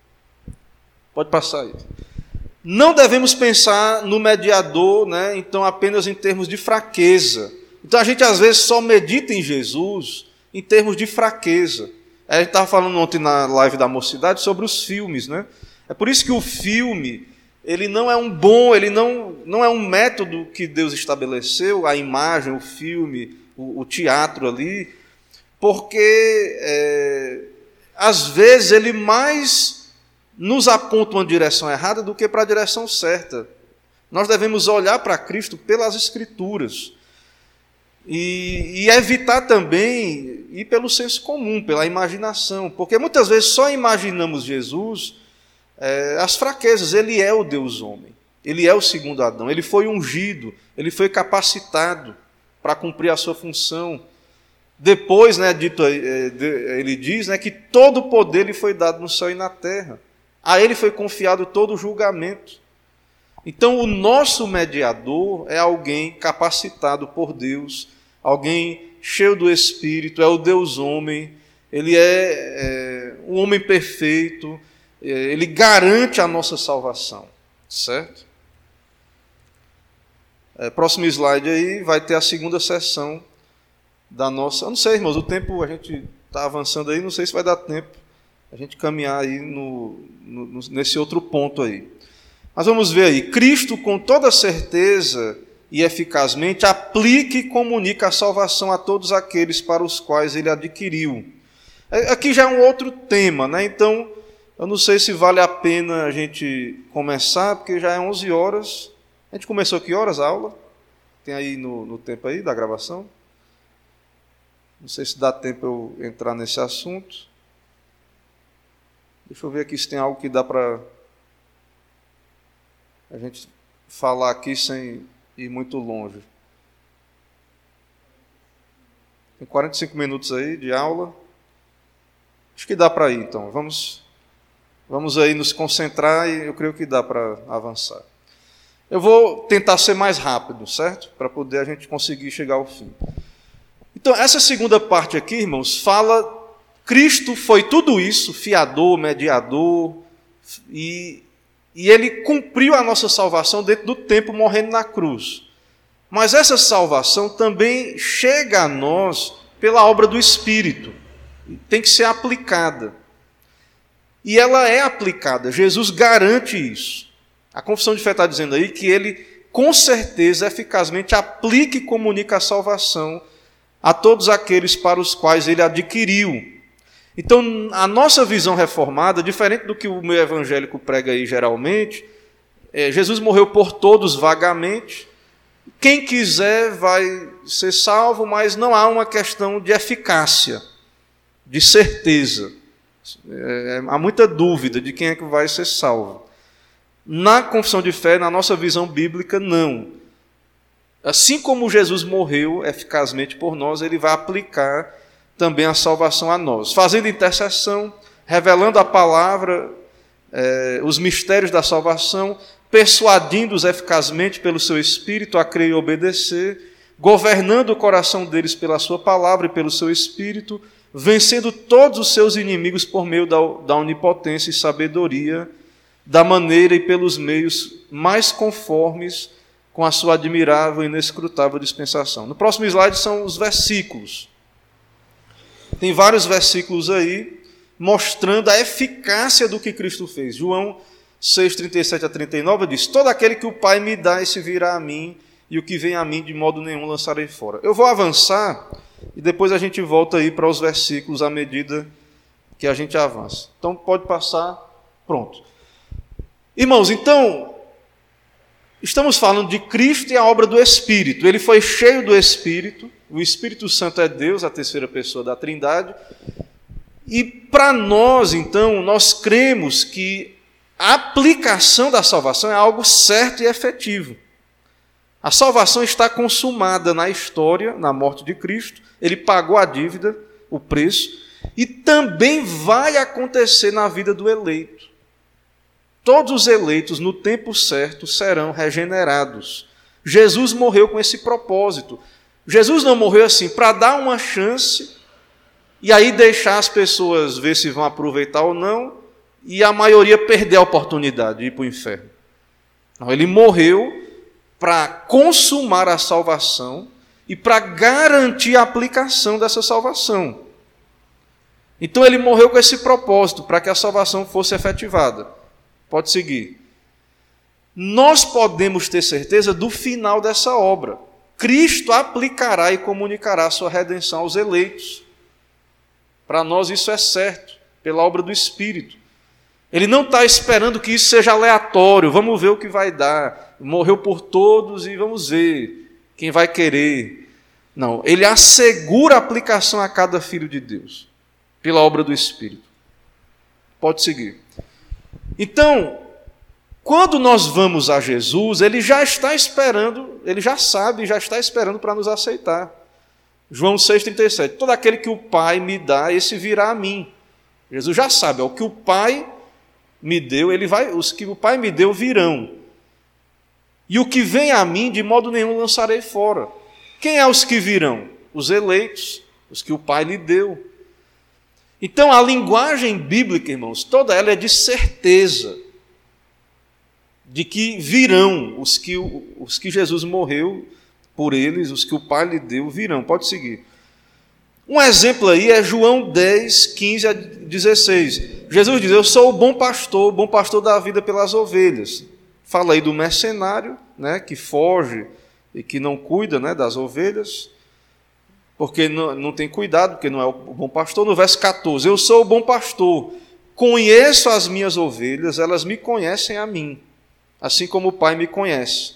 Pode passar aí. Não devemos pensar no mediador, né, então apenas em termos de fraqueza. Então a gente às vezes só medita em Jesus em termos de fraqueza. A gente estava falando ontem na live da mocidade sobre os filmes, né? É por isso que o filme, ele não é ele não é um método que Deus estabeleceu, a imagem, o filme, o teatro ali, porque às vezes ele mais nos aponta uma direção errada do que para a direção certa. Nós devemos olhar para Cristo pelas Escrituras e evitar também ir pelo senso comum, pela imaginação, porque muitas vezes só imaginamos Jesus as fraquezas. Ele é o Deus homem, ele é o segundo Adão, ele foi ungido, ele foi capacitado para cumprir a sua função. Depois, ele diz que todo o poder lhe foi dado no céu e na terra. A ele foi confiado todo o julgamento. Então, o nosso mediador é alguém capacitado por Deus, alguém cheio do Espírito, é o Deus homem, ele é um homem perfeito, ele garante a nossa salvação, certo? Próximo slide aí vai ter a segunda sessão da nossa... Eu não sei, irmãos, o tempo a gente está avançando aí, não sei se vai dar tempo a gente caminhar aí nesse outro ponto aí. Mas vamos ver aí. Cristo, com toda certeza e eficazmente, aplica e comunica a salvação a todos aqueles para os quais ele adquiriu. Aqui já é um outro tema, né? Então, eu não sei se vale a pena a gente começar, porque já é 11 horas. A gente começou que horas a aula? Tem aí no tempo aí da gravação? Não sei se dá tempo eu entrar nesse assunto. Deixa eu ver aqui se tem algo que dá para a gente falar aqui sem ir muito longe. Tem 45 minutos aí de aula. Acho que dá para ir, então. Vamos aí nos concentrar e eu creio que dá para avançar. Eu vou tentar ser mais rápido, certo? Para poder a gente conseguir chegar ao fim. Então, essa segunda parte aqui, irmãos, fala... Cristo foi tudo isso, fiador, mediador, e ele cumpriu a nossa salvação dentro do tempo morrendo na cruz. Mas essa salvação também chega a nós pela obra do Espírito. Tem que ser aplicada. E ela é aplicada. Jesus garante isso. A confissão de fé está dizendo aí que ele, com certeza, eficazmente aplica e comunica a salvação a todos aqueles para os quais ele adquiriu. Então, a nossa visão reformada, diferente do que o meio evangélico prega aí geralmente, Jesus morreu por todos vagamente. Quem quiser vai ser salvo, mas não há uma questão de eficácia, de certeza. Há muita dúvida de quem é que vai ser salvo. Na confissão de fé, na nossa visão bíblica, não. Assim como Jesus morreu eficazmente por nós, ele vai aplicar também a salvação a nós, fazendo intercessão, revelando a palavra, os mistérios da salvação, persuadindo-os eficazmente pelo seu Espírito a crer e obedecer, governando o coração deles pela sua palavra e pelo seu Espírito, vencendo todos os seus inimigos por meio da onipotência e sabedoria, da maneira e pelos meios mais conformes com a sua admirável e inescrutável dispensação. No próximo slide são os versículos. Tem vários versículos aí mostrando a eficácia do que Cristo fez. João 6, 37 a 39 diz: todo aquele que o Pai me dá, esse virá a mim, e o que vem a mim de modo nenhum lançarei fora. Eu vou avançar e depois a gente volta aí para os versículos à medida que a gente avança. Então pode passar. Pronto. Irmãos, então, estamos falando de Cristo e a obra do Espírito. Ele foi cheio do Espírito. O Espírito Santo é Deus, a terceira pessoa da Trindade. E para nós, então, nós cremos que a aplicação da salvação é algo certo e efetivo. A salvação está consumada na história, na morte de Cristo. Ele pagou a dívida, o preço, e também vai acontecer na vida do eleito. Todos os eleitos, no tempo certo, serão regenerados. Jesus morreu com esse propósito. Jesus não morreu assim para dar uma chance e aí deixar as pessoas ver se vão aproveitar ou não e a maioria perder a oportunidade de ir para o inferno. Não, ele morreu para consumar a salvação e para garantir a aplicação dessa salvação. Então ele morreu com esse propósito, para que a salvação fosse efetivada. Pode seguir. Nós podemos ter certeza do final dessa obra. Cristo aplicará e comunicará a sua redenção aos eleitos. Para nós isso é certo, pela obra do Espírito. Ele não está esperando que isso seja aleatório, vamos ver o que vai dar. Morreu por todos e vamos ver quem vai querer. Não, ele assegura a aplicação a cada filho de Deus, pela obra do Espírito. Pode seguir. Então, quando nós vamos a Jesus, ele já está esperando, ele já sabe, já está esperando para nos aceitar. João 6,37. Todo aquele que o Pai me dá, esse virá a mim. Jesus já sabe, o que o Pai me deu, os que o Pai me deu virão. E o que vem a mim, de modo nenhum lançarei fora. Quem é os que virão? Os eleitos, os que o Pai lhe deu. Então, a linguagem bíblica, irmãos, toda ela é de certeza de que virão os que Jesus morreu por eles, os que o Pai lhe deu, virão. Pode seguir. Um exemplo aí é João 10, 15 a 16. Jesus diz, eu sou o bom pastor da vida pelas ovelhas. Fala aí do mercenário, né, que foge e que não cuida, né, das ovelhas, porque não tem cuidado, porque não é o bom pastor. No verso 14, eu sou o bom pastor, conheço as minhas ovelhas, elas me conhecem a mim, assim como o Pai me conhece.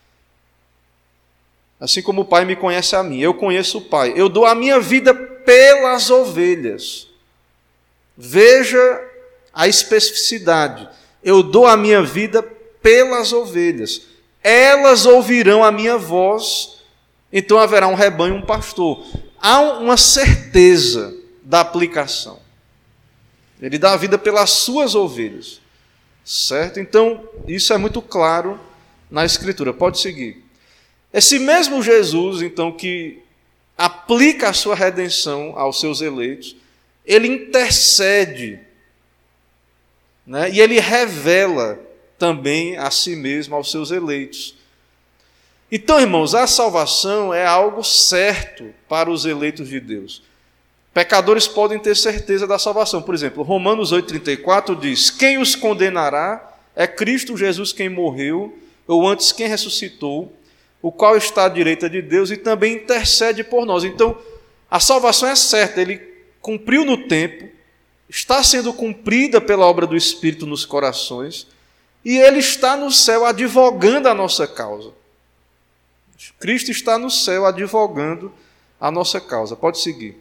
Assim como o Pai me conhece a mim, eu conheço o Pai. Eu dou a minha vida pelas ovelhas. Veja a especificidade. Eu dou a minha vida pelas ovelhas. Elas ouvirão a minha voz, então haverá um rebanho, um pastor. Há uma certeza da aplicação. Ele dá a vida pelas suas ovelhas. Certo? Então, isso é muito claro na Escritura. Pode seguir. Esse mesmo Jesus, então, que aplica a sua redenção aos seus eleitos, ele intercede, né? E ele revela também a si mesmo aos seus eleitos. Então, irmãos, a salvação é algo certo para os eleitos de Deus. Pecadores podem ter certeza da salvação. Por exemplo, Romanos 8,34 diz, quem os condenará é Cristo Jesus quem morreu, ou antes quem ressuscitou, o qual está à direita de Deus e também intercede por nós. Então, a salvação é certa, ele cumpriu no tempo, está sendo cumprida pela obra do Espírito nos corações, e ele está no céu advogando a nossa causa. Cristo está no céu advogando a nossa causa. Pode seguir.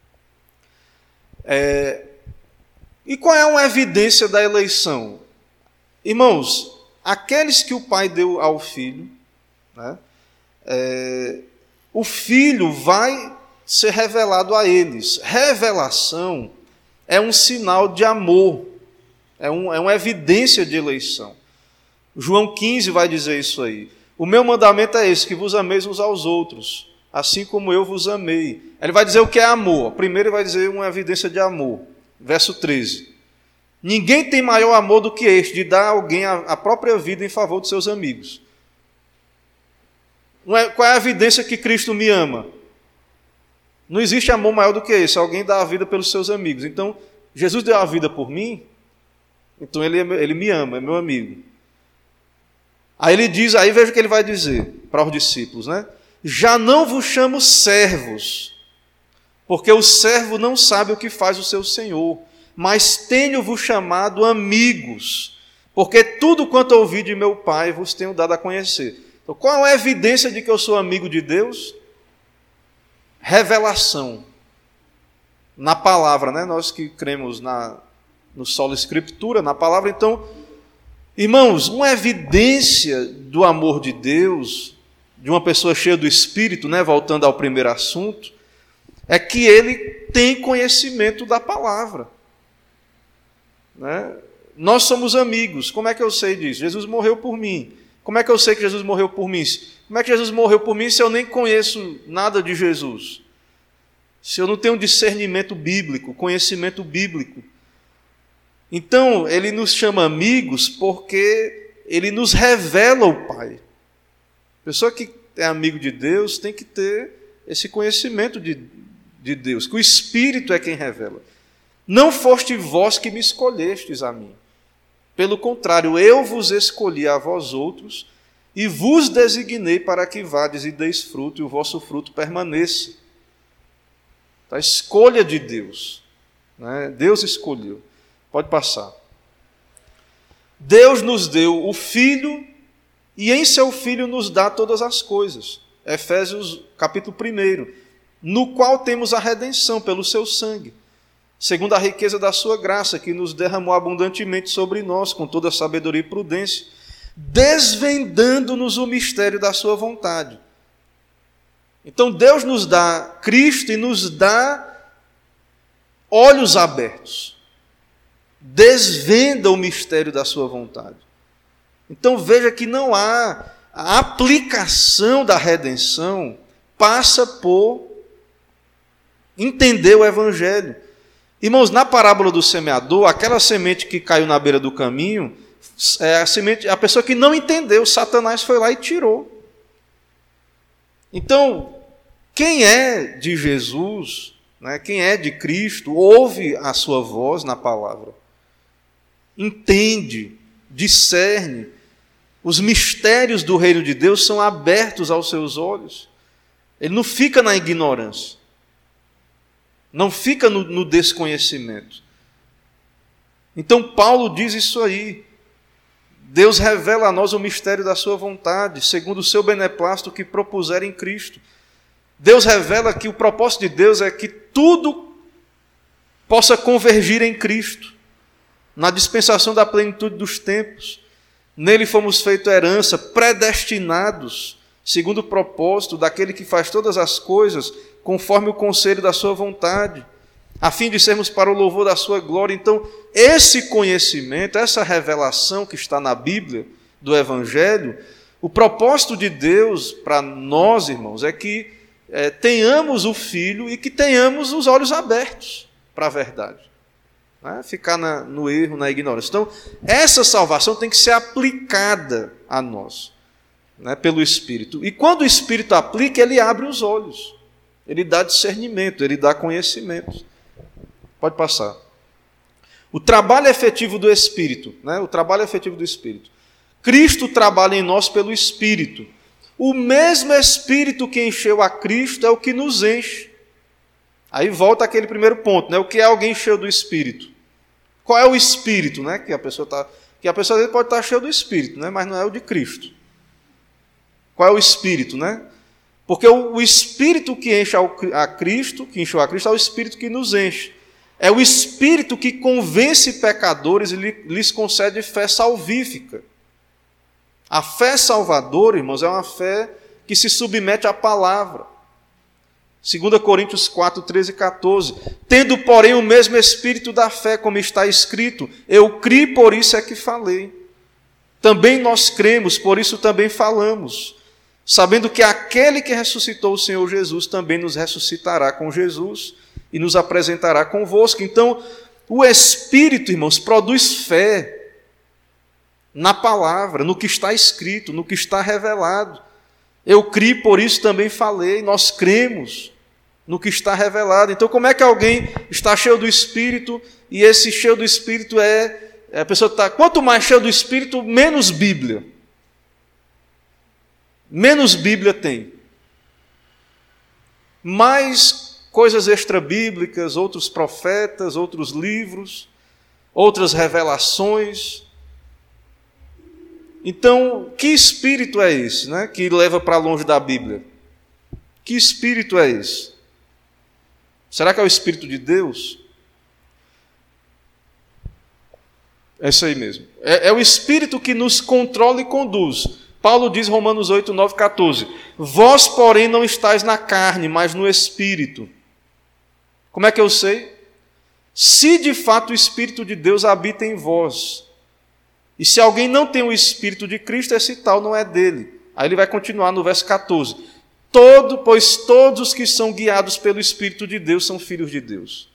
E qual é uma evidência da eleição? Irmãos, aqueles que o Pai deu ao Filho, né, o Filho vai ser revelado a eles. Revelação é um sinal de amor, é uma evidência de eleição. João 15 vai dizer isso aí. O meu mandamento é esse, que vos ameis uns aos outros, assim como eu vos amei. Ele vai dizer o que é amor. Primeiro ele vai dizer uma evidência de amor. Verso 13. Ninguém tem maior amor do que este, de dar a alguém a própria vida em favor dos seus amigos. Qual é a evidência que Cristo me ama? Não existe amor maior do que esse, alguém dá a vida pelos seus amigos. Então, Jesus deu a vida por mim, então ele me ama, é meu amigo. Aí ele diz, aí veja o que ele vai dizer para os discípulos, né? Já não vos chamo servos, porque o servo não sabe o que faz o seu senhor, mas tenho-vos chamado amigos, porque tudo quanto ouvi de meu Pai vos tenho dado a conhecer. Então, qual é a evidência de que eu sou amigo de Deus? Revelação. Na palavra, né? Nós que cremos no solo Escritura, na palavra. Então, irmãos, uma evidência do amor de Deus, de uma pessoa cheia do Espírito, né? Voltando ao primeiro assunto, é que ele tem conhecimento da palavra. Né? Nós somos amigos. Como é que eu sei disso? Jesus morreu por mim. Como é que eu sei que Jesus morreu por mim? Como é que Jesus morreu por mim se eu nem conheço nada de Jesus? Se eu não tenho discernimento bíblico, conhecimento bíblico. Então, ele nos chama amigos porque ele nos revela o Pai. A pessoa que é amigo de Deus tem que ter esse conhecimento de Deus, que o Espírito é quem revela. Não foste vós que me escolhestes a mim. Pelo contrário, eu vos escolhi a vós outros e vos designei para que vades e deis fruto e o vosso fruto permaneça. A escolha de Deus. né? Deus escolheu. Pode passar. Deus nos deu o Filho e em seu Filho nos dá todas as coisas. Efésios capítulo 1, no qual temos a redenção pelo seu sangue, segundo a riqueza da sua graça, que nos derramou abundantemente sobre nós, com toda sabedoria e prudência, desvendando-nos o mistério da sua vontade. Então Deus nos dá Cristo e nos dá olhos abertos. Desvenda o mistério da sua vontade. Então veja que não há a aplicação da redenção, passa por entender o Evangelho. Irmãos, na parábola do semeador, aquela semente que caiu na beira do caminho, a pessoa que não entendeu, Satanás foi lá e tirou. Então, quem é de Jesus, né, quem é de Cristo, ouve a sua voz na palavra, entende, discerne, os mistérios do reino de Deus são abertos aos seus olhos. Ele não fica na ignorância, não fica no desconhecimento. Então Paulo diz isso aí. Deus revela a nós o mistério da sua vontade, segundo o seu beneplácito que propuser em Cristo. Deus revela que o propósito de Deus é que tudo possa convergir em Cristo, na dispensação da plenitude dos tempos. Nele fomos feitos herança, predestinados, segundo o propósito daquele que faz todas as coisas, conforme o conselho da sua vontade, a fim de sermos para o louvor da sua glória. Então, esse conhecimento, essa revelação que está na Bíblia, do Evangelho, o propósito de Deus para nós, irmãos, é que tenhamos o Filho e que tenhamos os olhos abertos para a verdade. Não é ficar no erro, na ignorância. Então, essa salvação tem que ser aplicada a nós, né, pelo Espírito. E quando o Espírito aplica, ele abre os olhos. Ele dá discernimento, ele dá conhecimento. Pode passar. O trabalho efetivo do Espírito, né? O trabalho efetivo do Espírito. Cristo trabalha em nós pelo Espírito. O mesmo Espírito que encheu a Cristo é o que nos enche. Aí volta aquele primeiro ponto, né? O que é alguém cheio do Espírito? Qual é o Espírito, né? Que a pessoa às vezes pode estar cheia do Espírito, né? Mas não é o de Cristo. Qual é o Espírito, né? Porque o Espírito que enche a Cristo, que encheu a Cristo, é o Espírito que nos enche. É o Espírito que convence pecadores e lhes concede fé salvífica. A fé salvadora, irmãos, é uma fé que se submete à palavra. 2 Coríntios 4, 13 e 14. Tendo, porém, o mesmo Espírito da fé, como está escrito, eu criei, por isso é que falei. Também nós cremos, por isso também falamos, sabendo que aquele que ressuscitou o Senhor Jesus também nos ressuscitará com Jesus e nos apresentará convosco. Então, o Espírito, irmãos, produz fé na palavra, no que está escrito, no que está revelado. Eu criei, por isso também falei. Nós cremos no que está revelado. Então, como é que alguém está cheio do Espírito e esse cheio do Espírito a pessoa está... Quanto mais cheio do Espírito, menos Bíblia. Menos Bíblia tem. Mais coisas extrabíblicas, outros profetas, outros livros, outras revelações. Então, que espírito é esse, né, que leva para longe da Bíblia? Que espírito é esse? Será que é o Espírito de Deus? É isso aí mesmo. É o Espírito que nos controla e conduz. Paulo diz, Romanos 8, 9, 14. Vós, porém, não estáis na carne, mas no Espírito. Como é que eu sei? Se de fato o Espírito de Deus habita em vós. E se alguém não tem o Espírito de Cristo, esse tal não é dele. Aí ele vai continuar no verso 14. Pois todos os que são guiados pelo Espírito de Deus são filhos de Deus.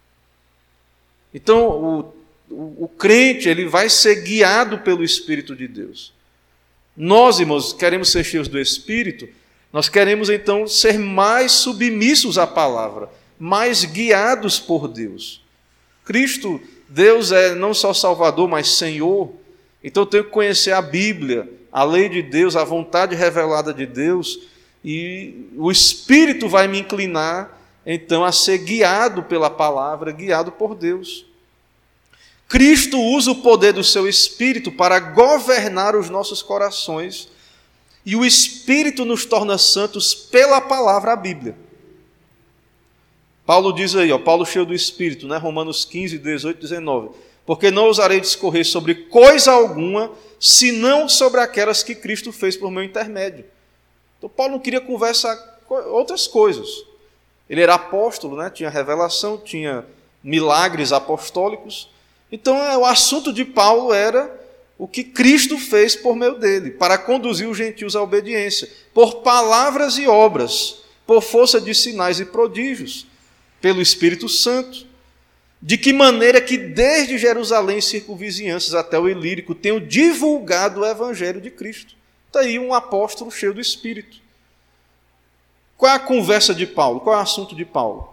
Então, o crente, ele vai ser guiado pelo Espírito de Deus. Nós, irmãos, queremos ser cheios do Espírito, nós queremos, então, ser mais submissos à palavra, mais guiados por Deus. Cristo, Deus é não só Salvador, mas Senhor. Então eu tenho que conhecer a Bíblia, a lei de Deus, a vontade revelada de Deus, e o Espírito vai me inclinar então, a ser guiado pela palavra, guiado por Deus. Cristo usa o poder do seu Espírito para governar os nossos corações, e o Espírito nos torna santos pela palavra, a Bíblia. Paulo diz aí, Paulo cheio do Espírito, né? Romanos 15, 18, 19. Porque não ousarei discorrer sobre coisa alguma, senão sobre aquelas que Cristo fez por meu intermédio. Então Paulo não queria conversar outras coisas. Ele era apóstolo, né? Tinha revelação, tinha milagres apostólicos. Então o assunto de Paulo era o que Cristo fez por meio dele, para conduzir os gentios à obediência, por palavras e obras, por força de sinais e prodígios, pelo Espírito Santo. De que maneira que desde Jerusalém e circunvizinhanças até o Ilírico tenho divulgado o Evangelho de Cristo. Está aí um apóstolo cheio do Espírito. Qual é a conversa de Paulo? Qual é o assunto de Paulo?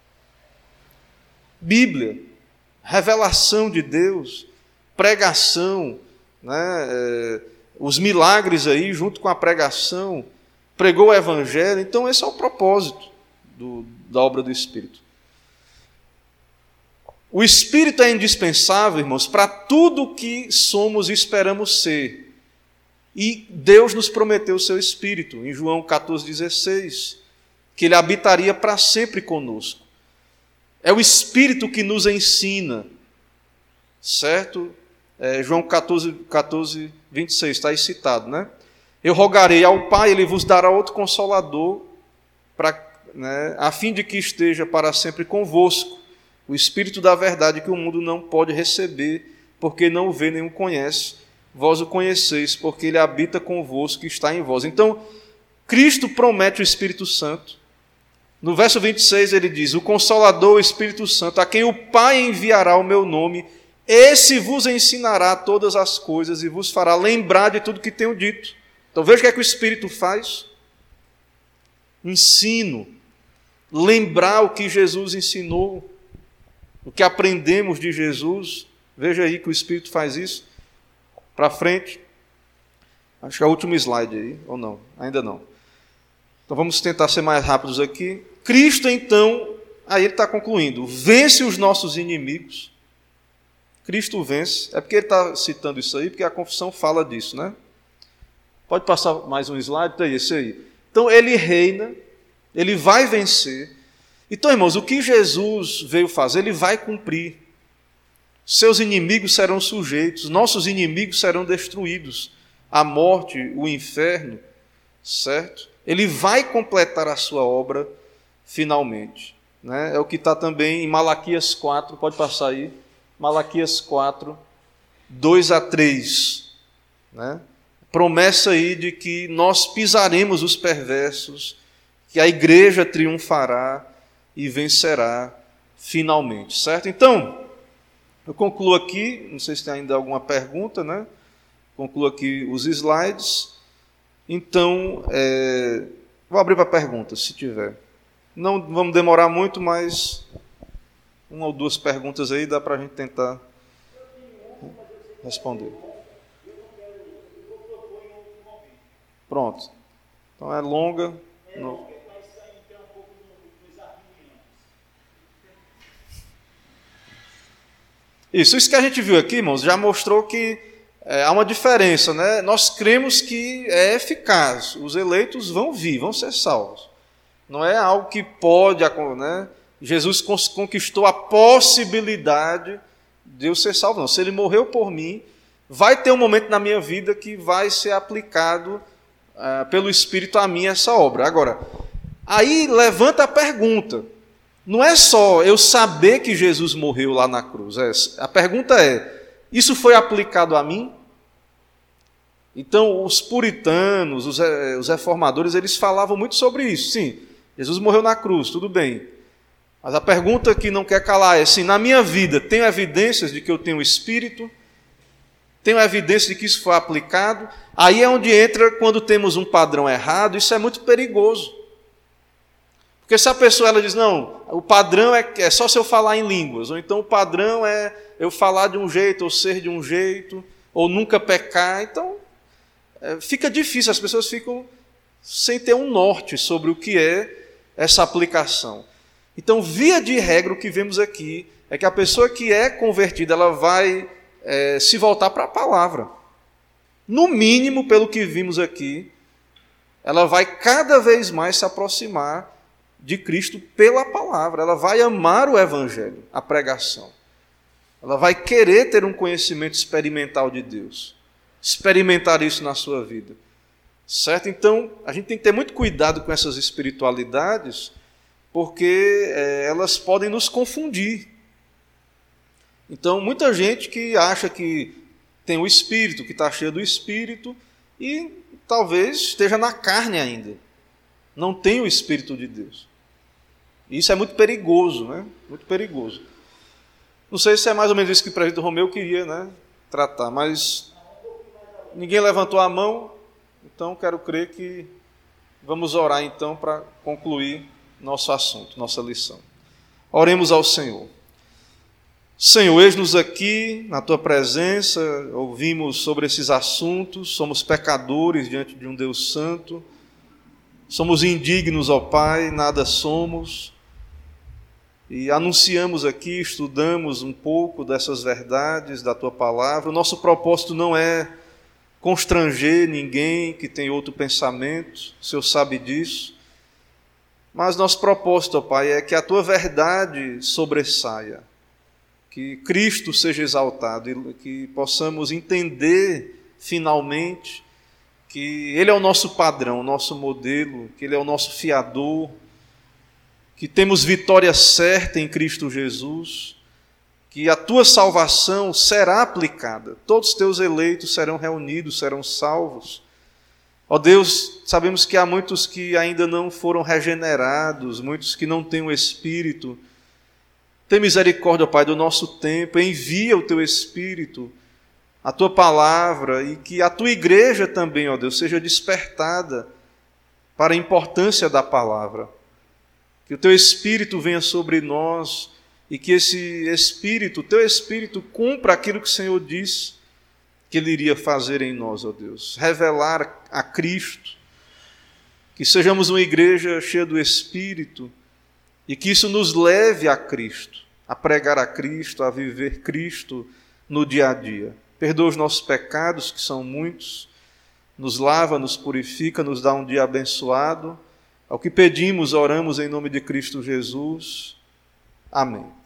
Bíblia, revelação de Deus, pregação, né? Os milagres aí junto com a pregação, pregou o Evangelho. Então esse é o propósito da obra do Espírito. O Espírito é indispensável, irmãos, para tudo o que somos e esperamos ser. E Deus nos prometeu o seu Espírito, em João 14,16, que Ele habitaria para sempre conosco. É o Espírito que nos ensina, certo? João 14, 26, está aí citado, né? Eu rogarei ao Pai, Ele vos dará outro Consolador, a fim de que esteja para sempre convosco, o Espírito da verdade que o mundo não pode receber, porque não o vê nem o conhece. Vós o conheceis, porque Ele habita convosco e está em vós. Então, Cristo promete o Espírito Santo. No verso 26 ele diz, o Consolador, o Espírito Santo, a quem o Pai enviará o meu nome, esse vos ensinará todas as coisas e vos fará lembrar de tudo que tenho dito. Então veja o que é que o Espírito faz. Ensino, lembrar o que Jesus ensinou, o que aprendemos de Jesus. Veja aí que o Espírito faz isso. Para frente. Acho que é o último slide aí, ou não? Ainda não. Então vamos tentar ser mais rápidos aqui. Cristo, então, aí ele está concluindo, vence os nossos inimigos. Cristo vence. É porque ele está citando isso aí, porque a confissão fala disso, né? Pode passar mais um slide? Tá aí, esse aí. Então ele reina, ele vai vencer. Então, irmãos, o que Jesus veio fazer, ele vai cumprir. Seus inimigos serão sujeitos, nossos inimigos serão destruídos. A morte, o inferno, certo? Ele vai completar a sua obra finalmente. Né? É o que está também em Malaquias 4, pode passar aí. Malaquias 4, 2 a 3. Né? Promessa aí de que nós pisaremos os perversos, que a igreja triunfará e vencerá finalmente, certo? Então, eu concluo aqui, não sei se tem ainda alguma pergunta, né? Concluo aqui os slides. Então, vou abrir para perguntas, se tiver. Não vamos demorar muito, mas uma ou duas perguntas aí dá para a gente tentar responder. Pronto. Então é longa. Não. Isso que a gente viu aqui, irmãos, já mostrou que há uma diferença, né? Nós cremos que é eficaz, os eleitos vão vir, vão ser salvos. Não é algo que pode, né? Jesus conquistou a possibilidade de eu ser salvo, não. Se Ele morreu por mim, vai ter um momento na minha vida que vai ser aplicado pelo Espírito a mim essa obra. Agora, aí levanta a pergunta. Não é só eu saber que Jesus morreu lá na cruz. A pergunta é, isso foi aplicado a mim? Então, os puritanos, os reformadores, eles falavam muito sobre isso. Sim, Jesus morreu na cruz, tudo bem. Mas a pergunta que não quer calar é assim, na minha vida, tenho evidências de que eu tenho Espírito? Tenho evidência de que isso foi aplicado? Aí é onde entra quando temos um padrão errado, isso é muito perigoso. Porque se a pessoa ela diz, não, o padrão é só se eu falar em línguas, ou então o padrão é eu falar de um jeito, ou ser de um jeito, ou nunca pecar, então fica difícil, as pessoas ficam sem ter um norte sobre o que é essa aplicação. Então, via de regra, o que vemos aqui é que a pessoa que é convertida, ela vai se voltar para a palavra. No mínimo, pelo que vimos aqui, ela vai cada vez mais se aproximar de Cristo pela palavra. Ela vai amar o Evangelho, a pregação. Ela vai querer ter um conhecimento experimental de Deus. Experimentar isso na sua vida. Certo? Então, a gente tem que ter muito cuidado com essas espiritualidades, porque elas podem nos confundir. Então, muita gente que acha que tem o Espírito, que está cheio do Espírito, e talvez esteja na carne ainda. Não tem o Espírito de Deus. Isso é muito perigoso, né? Muito perigoso. Não sei se é mais ou menos isso que o presbítero Romeu queria, né, tratar, mas ninguém levantou a mão, então quero crer que vamos orar então para concluir nosso assunto, nossa lição. Oremos ao Senhor. Senhor, eis-nos aqui na Tua presença, ouvimos sobre esses assuntos, somos pecadores diante de um Deus santo, somos indignos, ó Pai, nada somos, e anunciamos aqui, estudamos um pouco dessas verdades da Tua palavra. O nosso propósito não é constranger ninguém que tem outro pensamento, o Senhor sabe disso, mas nosso propósito, ó Pai, é que a Tua verdade sobressaia, que Cristo seja exaltado e que possamos entender finalmente que Ele é o nosso padrão, o nosso modelo, que Ele é o nosso fiador, que temos vitória certa em Cristo Jesus, que a Tua salvação será aplicada, todos os Teus eleitos serão reunidos, serão salvos. Ó Deus, sabemos que há muitos que ainda não foram regenerados, muitos que não têm o Espírito. Tem misericórdia, ó Pai, do nosso tempo, envia o Teu Espírito, a Tua palavra, e que a Tua igreja também, ó Deus, seja despertada para a importância da palavra. Que o Teu Espírito venha sobre nós e que esse Espírito, o Teu Espírito, cumpra aquilo que o Senhor disse que Ele iria fazer em nós, ó Deus. Revelar a Cristo, que sejamos uma igreja cheia do Espírito e que isso nos leve a Cristo, a pregar a Cristo, a viver Cristo no dia a dia. Perdoa os nossos pecados, que são muitos, nos lava, nos purifica, nos dá um dia abençoado. Ao que pedimos, oramos em nome de Cristo Jesus. Amém.